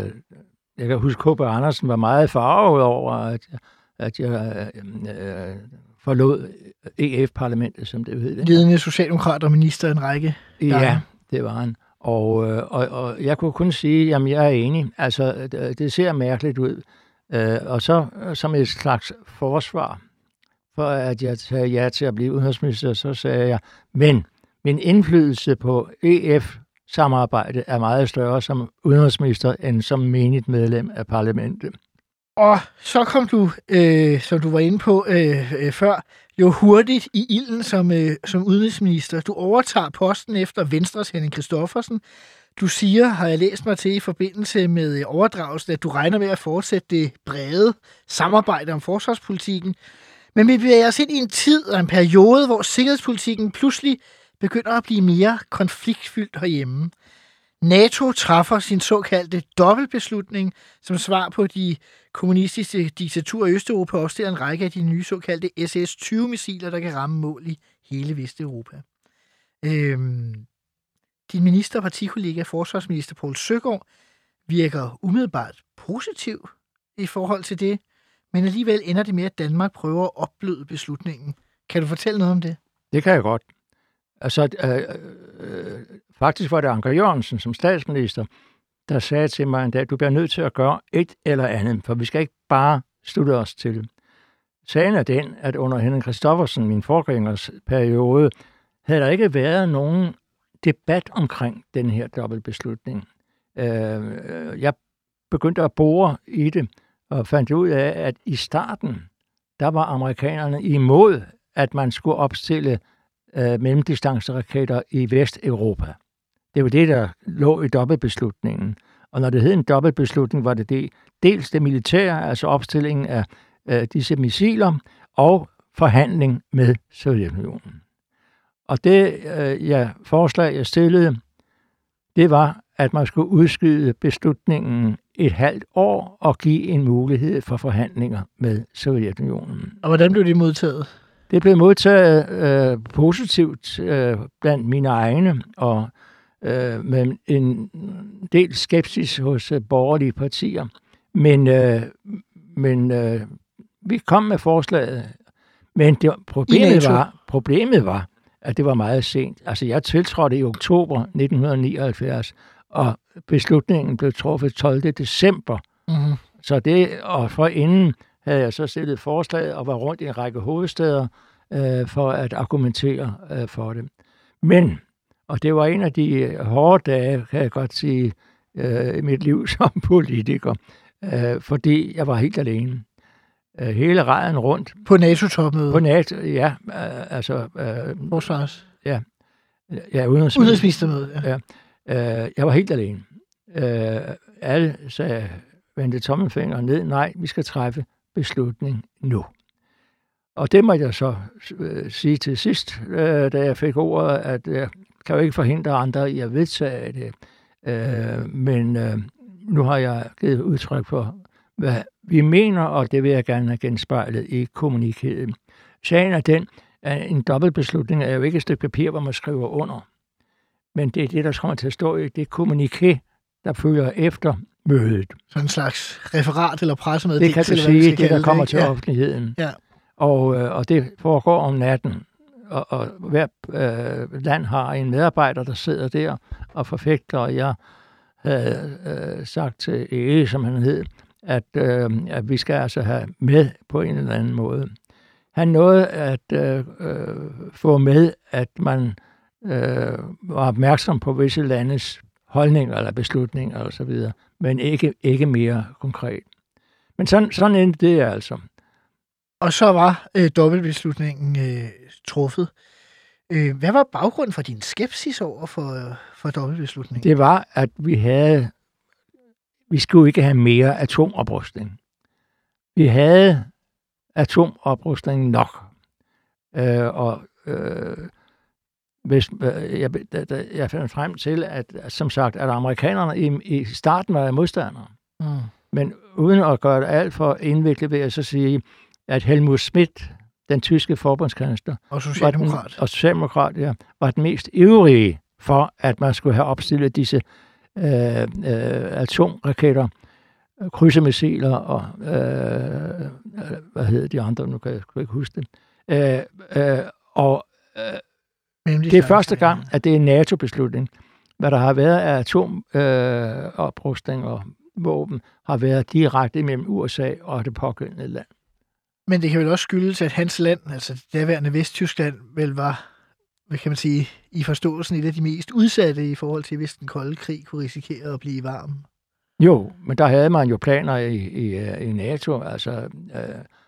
jeg kan huske, K B Andersen var meget farvet over, at, at jeg øh, forlod E F-parlamentet, som det hed. Ledende socialdemokrat og minister en række. Ja, det var han. Og, og, og jeg kunne kun sige, jamen jeg er enig. Altså, det, det ser mærkeligt ud. Uh, og så som et slags forsvar for, at jeg tager ja til at blive udenrigsminister, så sagde jeg, men min indflydelse på E F-samarbejdet er meget større som udenrigsminister, end som menigt medlem af parlamentet. Og så kom du, øh, som du var inde på øh, øh, før, jo hurtigt i ilden som, øh, som udenrigsminister. Du overtager posten efter Venstres Henning Christoffersen. Du siger, har jeg læst mig til i forbindelse med overdragelsen, at du regner med at fortsætte det brede samarbejde om forsvarspolitikken. Men vi bevæger os ind i en tid og en periode, hvor sikkerhedspolitikken pludselig begynder at blive mere konfliktfyldt herhjemme. NATO træffer sin såkaldte dobbeltbeslutning som svar på de kommunistiske diktaturer i Østeuropa og opstiller en række af de nye såkaldte S S tyve missiler, der kan ramme mål i hele Vesteuropa. Øhm Din minister- og partikollega, forsvarsminister Poul Søgaard, virker umiddelbart positiv i forhold til det, men alligevel ender det med, at Danmark prøver at opbløde beslutningen. Kan du fortælle noget om det? Det kan jeg godt. Altså, øh, øh, faktisk var det Anker Jørgensen som statsminister, der sagde til mig en dag, du bliver nødt til at gøre et eller andet, for vi skal ikke bare slutte os til. Sagen er den, at under Henning Christoffersen, min forgængers periode, havde der ikke været nogen debat omkring den her dobbeltbeslutning. Jeg begyndte at bore i det, og fandt ud af, at i starten, der var amerikanerne imod, at man skulle opstille mellemdistanceraketter i Vesteuropa. Det var det, der lå i dobbeltbeslutningen. Og når det hed en dobbeltbeslutning, var det, det dels det militære, altså opstillingen af øh, disse missiler, og forhandling med Sovjetunionen. Og det øh, ja, forslag, jeg stillede, det var, at man skulle udskyde beslutningen et halvt år og give en mulighed for forhandlinger med Sovjetunionen. Og hvordan blev det modtaget? Det blev modtaget øh, positivt øh, blandt mine egne, og øh, med en del skepsis hos øh, borgerlige partier. Men, øh, men øh, vi kom med forslaget, men det, problemet, var, problemet var, at det var meget sent. Altså, jeg tiltrådte i oktober nitten nioghalvfjerds, og beslutningen blev truffet tolvte december. Mm-hmm. Så det, og forinden havde jeg så stillet forslaget og var rundt i en række hovedsteder øh, for at argumentere øh, for det. Men, og det var en af de hårde dage, kan jeg godt sige, øh, i mit liv som politiker, øh, fordi jeg var helt alene. Øh, hele ræden rundt. På NATO-topmødet? På NATO, ja. Øh, altså... Øh, Forsvars? Ja. Ja, udenrigsminister. Udenrigsministermødet, ja. ja. Øh, jeg var helt alene. Øh, alle sagde, vendte tommelfingeren ned. Nej, vi skal træffe beslutning nu. Og det må jeg så øh, sige til sidst, øh, da jeg fik ordet, at jeg kan jo ikke forhindre andre i at vedtage det. Øh, men øh, nu har jeg givet udtryk for, hvad vi mener, og det vil jeg gerne have genspejlet i kommunikeret. Sagen er den, En dobbeltbeslutning er jo ikke et stykke papir, hvor man skriver under. Men det er det, der kommer til at stå i det kommuniké, der følger efter mødet. Sådan en slags referat eller pressemeddelelse. Det kan du sige, det der kommer til ja. offentligheden. Ja. Og, øh, og det foregår om natten. Og, og hver øh, land har en medarbejder, der sidder der og forfægter, og jeg havde øh, sagt til Ege, som han hed, at, øh, at vi skal altså have med på en eller anden måde. Han nåede at øh, øh, få med, at man øh, var opmærksom på visse landes holdninger eller beslutninger og så videre, men ikke, ikke mere konkret. Men sådan, sådan endte det altså. Og så var øh, dobbeltbeslutningen øh, truffet. Øh, hvad var baggrunden for din skepsis over for, for dobbeltbeslutningen? Det var, at vi havde, vi skulle ikke have mere atomoprustning. Vi havde atomoprustning nok. Øh, og øh, hvis, øh, jeg, da, jeg fandt frem til, at som sagt, at amerikanerne i, i starten var modstandere. Mm. Men uden at gøre det alt for indviklet, vil jeg så sige, at Helmut Schmidt, den tyske forbundskansler, og socialdemokrat, den, og socialdemokrat ja, var den mest ivrige for, at man skulle have opstillet disse øh, øh, atomraketter, krydsermissiler og øh, hvad hedder de andre, nu kan jeg ikke huske det. Øh, øh, og øh, det er første gang, at det er en NATO-beslutning. Hvad der har været af atomoprustning øh, og våben, har været direkte mellem U S A og det pågældende land. Men det kan vel også skyldes, at hans land, altså det daværende Vesttyskland, vel var, hvad kan man sige, i forståelsen et af de mest udsatte i forhold til, hvis den kolde krig kunne risikere at blive varm. Jo, men der havde man jo planer i, i, i NATO. Altså, øh,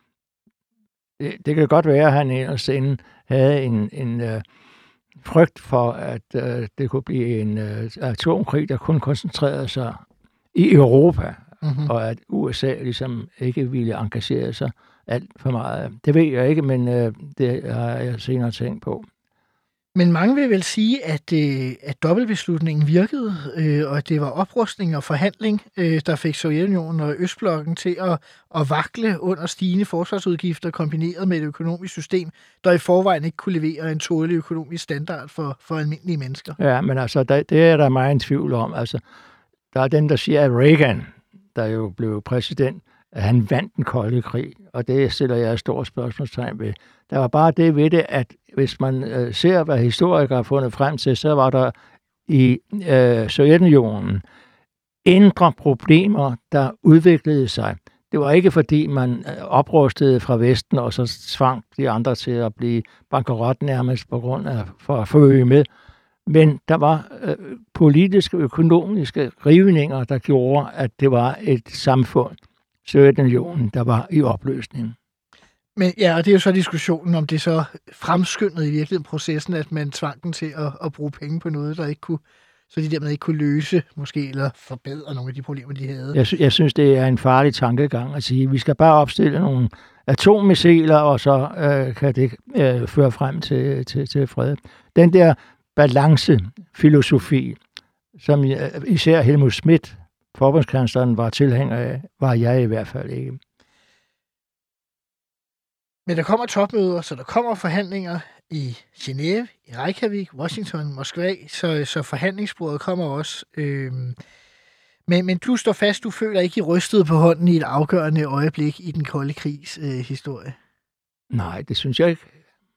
det, det kan godt være, at han inderst inde havde en, en øh, frygt for, at øh, det kunne blive en øh, atomkrig, der kun koncentrerede sig i Europa, mm-hmm. og at U S A ligesom ikke ville engagere sig alt for meget. Det ved jeg ikke, men øh, det har jeg senere tænkt på. Men mange vil vel sige, at, øh, at dobbeltbeslutningen virkede, øh, og at det var oprustning og forhandling, øh, der fik Sovjetunionen og Østblokken til at, at vakle under stigende forsvarsudgifter, kombineret med et økonomisk system, der i forvejen ikke kunne levere en tålelig økonomisk standard for, for almindelige mennesker. Ja, men altså, der, det er der meget en tvivl om. Altså, der er den, der siger, at Reagan, der jo blev præsident, at han vandt den kolde krig, og det stiller jeg et stort spørgsmålstegn ved. Der var bare det ved det, at hvis man øh, ser, hvad historikere har fundet frem til, så var der i øh, Sovjetunionen indre problemer, der udviklede sig. Det var ikke, fordi man oprustede fra Vesten, og så tvang de andre til at blive bankerot nærmest på grund af for at følge med. Men der var øh, politiske og økonomiske rivninger, der gjorde, at det var et samfund, Sovjetunionen, der var i opløsning. Men ja, og det er jo så diskussionen, om det så fremskyndede i virkeligheden processen, at man tvang den til at, at bruge penge på noget, der ikke kunne, så de dermed ikke kunne løse, måske, eller forbedre nogle af de problemer, de havde. Jeg, jeg synes, det er en farlig tankegang at sige, at vi skal bare opstille nogle atommissiler, og så øh, kan det øh, føre frem til, til, til fred. Den der balancefilosofi, som især Helmut Schmidt, forbundskansleren, var tilhænger af, var jeg i hvert fald ikke. Men der kommer topmøder, så der kommer forhandlinger i Genève, i Reykjavik, Washington, Moskva, så, så forhandlingsbordet kommer også. Øhm, men, men du står fast, du føler ikke, I rystede på hånden i et afgørende øjeblik i den kolde krigs øh, historie? Nej, det synes jeg ikke.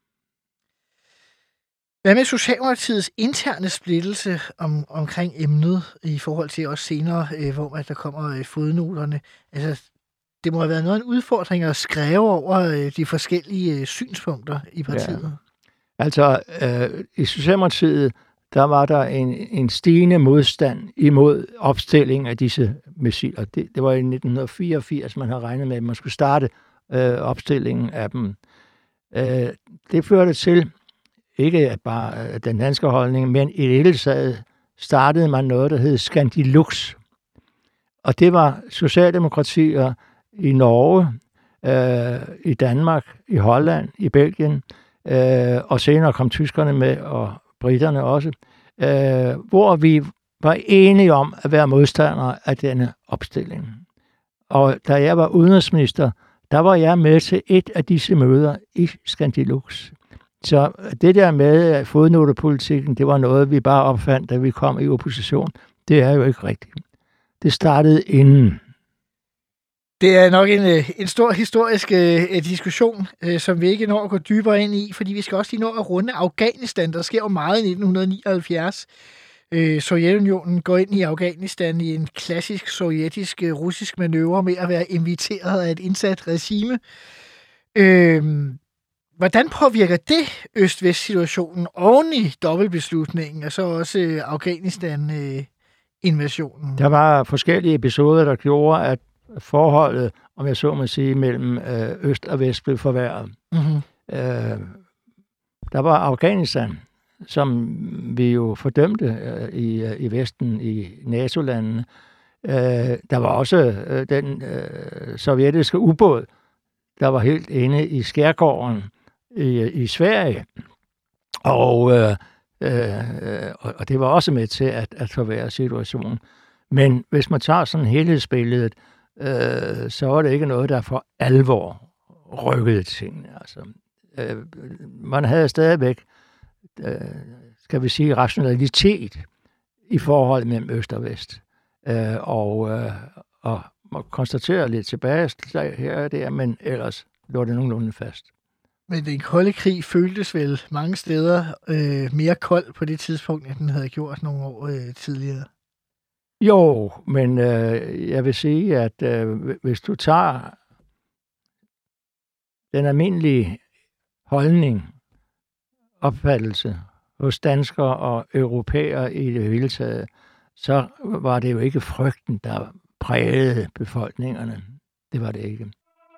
Hvad med Socialdemokratiets interne splittelse om, omkring emnet, i forhold til også senere, øh, hvor at der kommer øh, fodnoterne? Altså, det må have været noget af en udfordring at skrive over øh, de forskellige øh, synspunkter i partiet. Ja. Altså, øh, i Socialdemokratiet, der var der en, en stigende modstand imod opstilling af disse missiler. Det, det var i nitten fireogfirs, man havde regnet med, at man skulle starte øh, opstillingen af dem. Øh, det førte til, ikke bare den danske holdning, men i det hele taget startede man noget, der hed Skandilux. Og det var socialdemokratier i Norge, øh, i Danmark, i Holland, i Belgien, øh, og senere kom tyskerne med, og britterne også, øh, hvor vi var enige om at være modstandere af denne opstilling. Og da jeg var udenrigsminister, der var jeg med til et af disse møder i Skandilux. Så det der med fodnotepolitikken, det var noget, vi bare opfandt, da vi kom i opposition. Det er jo ikke rigtigt. Det startede inden. Det er nok en, en stor historisk uh, diskussion, uh, som vi ikke når at gå dybere ind i, fordi vi skal også lige nå at runde Afghanistan. Der sker jo meget i nitten nioghalvfjerds. Uh, Sovjetunionen går ind i Afghanistan i en klassisk sovjetisk uh, russisk manøvre med at være inviteret af et indsat regime. Uh, hvordan påvirker det øst-vest-situationen oven i dobbeltbeslutningen, og så også uh, Afghanistan-invasionen? Der var forskellige episoder, der gjorde, at forholdet, om jeg så må sige, mellem øh, øst og vest blev forværret. Mm-hmm. Øh, der var Afghanistan, som vi jo fordømte øh, i, i Vesten, i NATO-landene. Øh, der var også øh, den øh, sovjetiske ubåd, der var helt inde i skærgården i, i Sverige. Og, øh, øh, og det var også med til at, at forværre situationen. Men hvis man tager sådan helhedsbilledet, øh, så var det ikke noget, der for alvor rykkede tingene. Altså, øh, man havde stadigvæk, øh, skal vi sige, rationalitet i forholdet mellem øst og vest. Øh, og, øh, og man konstaterer lidt tilbage her og der, men ellers lå det nogenlunde fast. Men den kolde krig føltes vel mange steder øh, mere kold på det tidspunkt, end den havde gjort nogle år øh, tidligere. Jo, men øh, jeg vil sige, at øh, hvis du tager den almindelige holdning, opfattelse hos danskere og europæere i det hele taget, så var det jo ikke frygten, der prægede befolkningerne. Det var det ikke.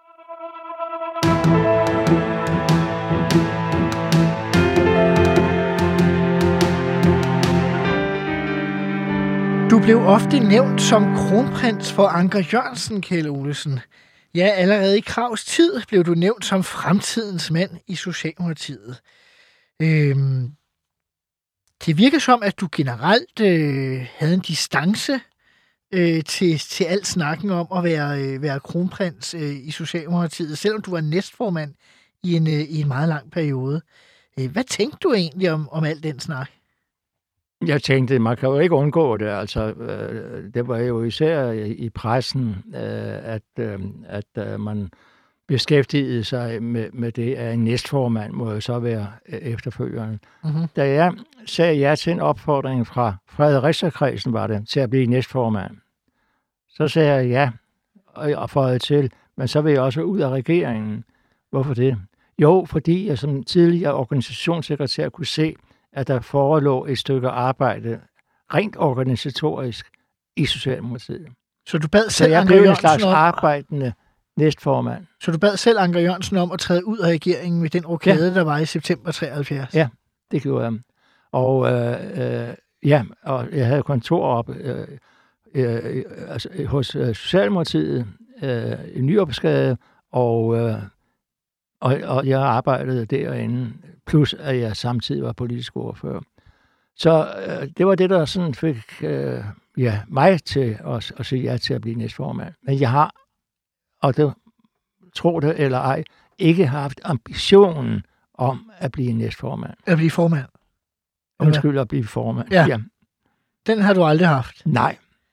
Du blev ofte nævnt som kronprins for Anker Jørgensen, Kjeld Olesen. Ja, allerede i Krags tid blev du nævnt som fremtidens mand i Socialdemokratiet. Øhm, det virker som, at du generelt øh, havde en distance øh, til, til alt snakken om at være, øh, være kronprins øh, i Socialdemokratiet, selvom du var næstformand i en, øh, i en meget lang periode. Øh, hvad tænkte du egentlig om, om al den snak? Jeg tænkte, man kan jo ikke undgå det. Altså, øh, det var jo især i, i pressen, øh, at, øh, at øh, man beskæftigede sig med, med det, at en næstformand må jo så være øh, efterfølgeren. Mm-hmm. Da jeg sagde ja til en opfordring fra Fredericiakredsen, var det, til at blive næstformand, så sagde jeg ja, og jeg føjede til, men så vil jeg også ud af regeringen. Hvorfor det? Jo, fordi jeg som tidligere organisationssekretær kunne se, at der forelå et stykke arbejde rent organisatorisk i Socialdemokratiet. Så du bad så selv jeg Anker blev en Jørgensen slags om... arbejdende næstformand. Så du bad selv Anker Jørgensen om at træde ud af regeringen med den rokade, ja. Der var i september treoghalvfjerds? Ja, det gjorde jeg. Og øh, øh, ja, og jeg havde kontor op øh, øh, altså, hos øh, Socialdemokratiet øh, i Nyopsgade, og, øh, og, og jeg arbejdede derinde, plus at jeg samtidig var politisk ordfører. Så øh, det var det, der sådan fik øh, ja, mig til at, at sige ja til at blive næstformand. Men jeg har, og det tro det eller ej, ikke haft ambitionen om at blive næstformand. At blive formand? Undskyld, at blive formand. Ja. ja. Den har du aldrig haft? Nej.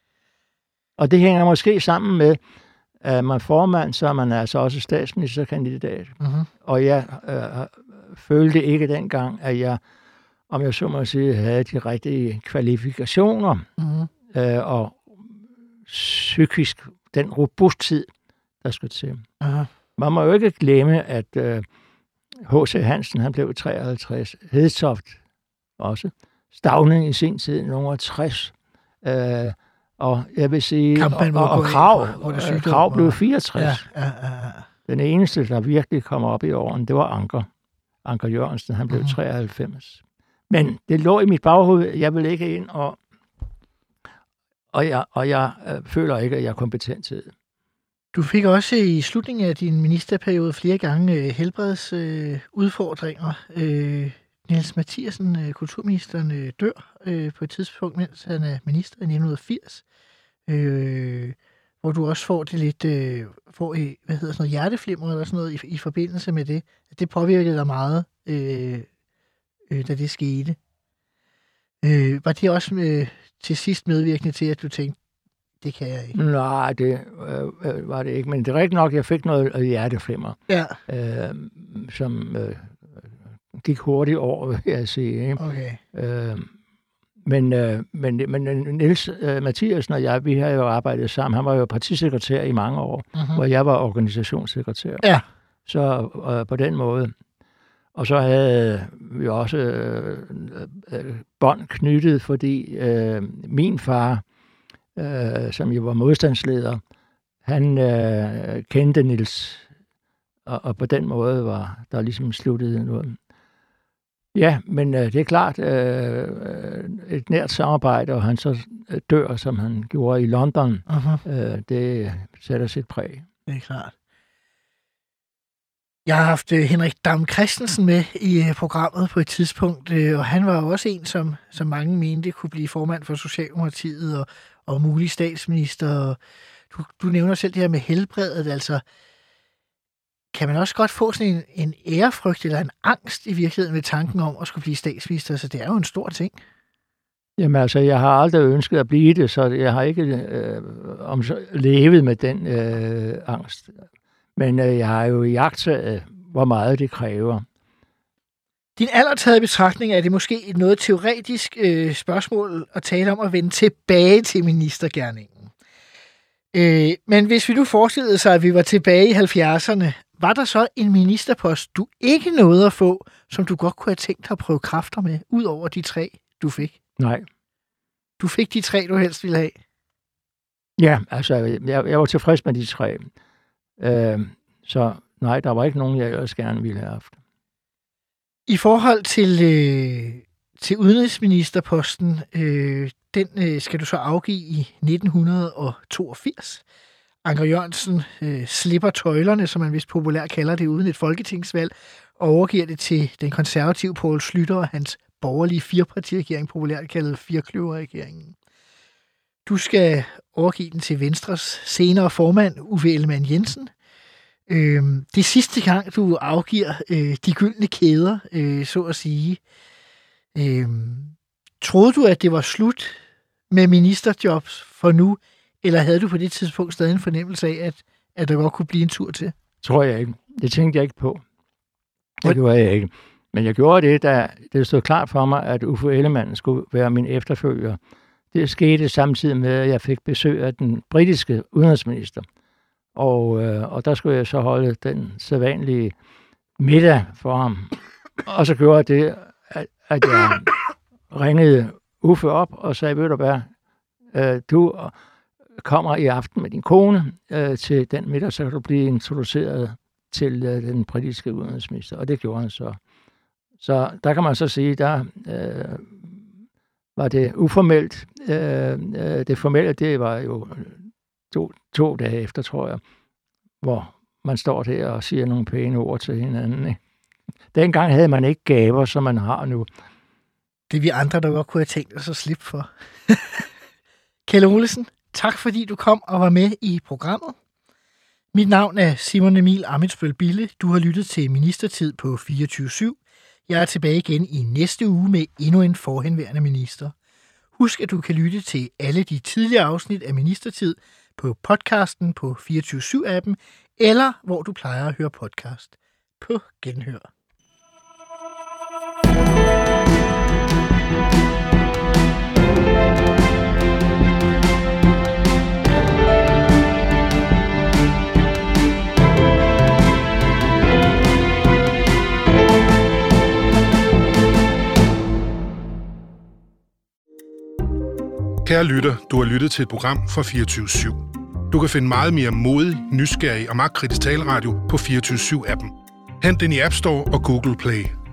Og det hænger måske sammen med, at man er formand, så er man altså også statsministerkandidat. Mm-hmm. Og jeg øh, følte ikke dengang, at jeg, om jeg så må sige, havde de rigtige kvalifikationer mm-hmm. øh, og psykisk den robusthed, der skulle til. Aha. Man må jo ikke glemme, at H C. øh, Hansen, han blev treoghalvtreds, Hedtoft også, Stauning i sin tid, nummer tres, øh, og jeg vil sige, og, og, og Krag, øh, Krag blev fireogtres. Ja, ja, ja, ja. Den eneste, der virkelig kom op i årene, det var Anker. Anker Jørgensen, han blev mm-hmm. treoghalvfems. Men det lå i mit baghoved, jeg vil ikke ind, og, og jeg, og jeg øh, føler ikke, at jeg er kompetent til det. Du fik også i slutningen af din ministerperiode flere gange øh, helbredsudfordringer. Øh, øh, Niels Mathiasen, øh, kulturministeren, øh, dør øh, på et tidspunkt, mens han er minister i nitten firs. Øh, hvor du også får det lidt, øh, får, hvad hedder sådan noget, hjerteflimmer eller sådan noget i, i forbindelse med det. Det påvirkede dig meget øh, øh, da det skete. Øh, var det også øh, til sidst medvirkende til, at du tænkte, det kan jeg ikke? Nej, det øh, var det ikke. Men det er rigtigt nok, jeg fik noget hjerteflimmer, ja. øh, som øh, gik hurtigt over, vil jeg sige. Ikke? Okay. Øh, men, øh, men, men Niels øh, Mathiasen og jeg, vi har jo arbejdet sammen. Han var jo partisekretær i mange år, uh-huh. hvor jeg var organisationssekretær. Ja. Så øh, på den måde. Og så havde vi også øh, øh, bånd knyttet, fordi øh, min far, øh, som jo var modstandsleder, han øh, kendte Niels, og, og på den måde var der ligesom sluttet noget. Ja, men øh, det er klart, øh, et nært samarbejde, og han så dør, som han gjorde i London, uh-huh. øh, det sætter sit præg. Det er klart. Jeg har haft Henrik Dam Kristensen med i programmet på et tidspunkt, og han var jo også en, som, som mange mente kunne blive formand for Socialdemokratiet og, og mulig statsminister. Du, du nævner selv det her med helbredet, altså kan man også godt få sådan en, en ærefrygt eller en angst i virkeligheden ved tanken om at skulle blive statsminister, så det er jo en stor ting. Jamen altså, jeg har aldrig ønsket at blive det, så jeg har ikke øh, om, levet med den øh, angst. Men øh, jeg har jo iagttaget, hvor meget det kræver. Din alder taget i betragtning er det måske et noget teoretisk øh, spørgsmål at tale om at vende tilbage til ministergerningen. Øh, men hvis vi nu forestillede sig, at vi var tilbage i halvfjerdserne, var der så en ministerpost, du ikke nåede at få, som du godt kunne have tænkt dig at prøve kræfter med, ud over de tre, du fik? Nej. Du fik de tre, du helst ville have? Ja, altså, jeg, jeg var tilfreds med de tre. Øh, så nej, der var ikke nogen, jeg ellers gerne ville have haft. I forhold til, øh, til udenrigsministerposten, øh, den øh, skal du så afgive i nitten toogfirs. Anker Jørgensen øh, slipper tøjlerne, som man vist populært kalder det, uden et folketingsvalg, og overgiver det til den konservative Poul Schlüter og hans borgerlige firepartiregering, populært kaldet firekløverregeringen. Du skal overgive den til Venstres senere formand, Uffe Ellemann-Jensen. Øh, det er sidste gang, du afgiver øh, de gyldne kæder, øh, så at sige. Øh, troede du, at det var slut med ministerjobs for nu, eller havde du på det tidspunkt stadig en fornemmelse af, at, at der godt kunne blive en tur til? Tror jeg ikke. Det tænkte jeg ikke på. Det gjorde jeg ikke. Men jeg gjorde det, da det stod klart for mig, at Uffe Ellemann skulle være min efterfølger. Det skete samtidig med, at jeg fik besøg af den britiske udenrigsminister. Og, øh, og der skulle jeg så holde den sædvanlige middag for ham. Og så gjorde det, at, at jeg ringede Uffe op og sagde, ved du hvad, øh, du kommer i aften med din kone øh, til den middag, så kan du blive introduceret til øh, den britiske udenrigsminister. Og det gjorde han så. Så der kan man så sige, der øh, var det uformelt. Øh, det formelle, det var jo to, to dage efter, tror jeg, hvor man står der og siger nogle pæne ord til hinanden. Ikke? Dengang havde man ikke gaver, som man har nu. Det er vi andre, der godt kunne have tænkt os at slippe for. Kjeld Olesen, tak fordi du kom og var med i programmet. Mit navn er Simon Emil Ammitzbøll Bille. Du har lyttet til Ministertid på fireogtyve syv. Jeg er tilbage igen i næste uge med endnu en forhenværende minister. Husk, at du kan lytte til alle de tidligere afsnit af Ministertid på podcasten på fireogtyve syv-appen, eller hvor du plejer at høre podcast. På genhør. Kære lytter, du har lyttet til et program fra fireogtyve syv. Du kan finde meget mere modig, nysgerrig og magtkritisk taleradio på fireogtyve syv-appen. Hent den i App Store og Google Play.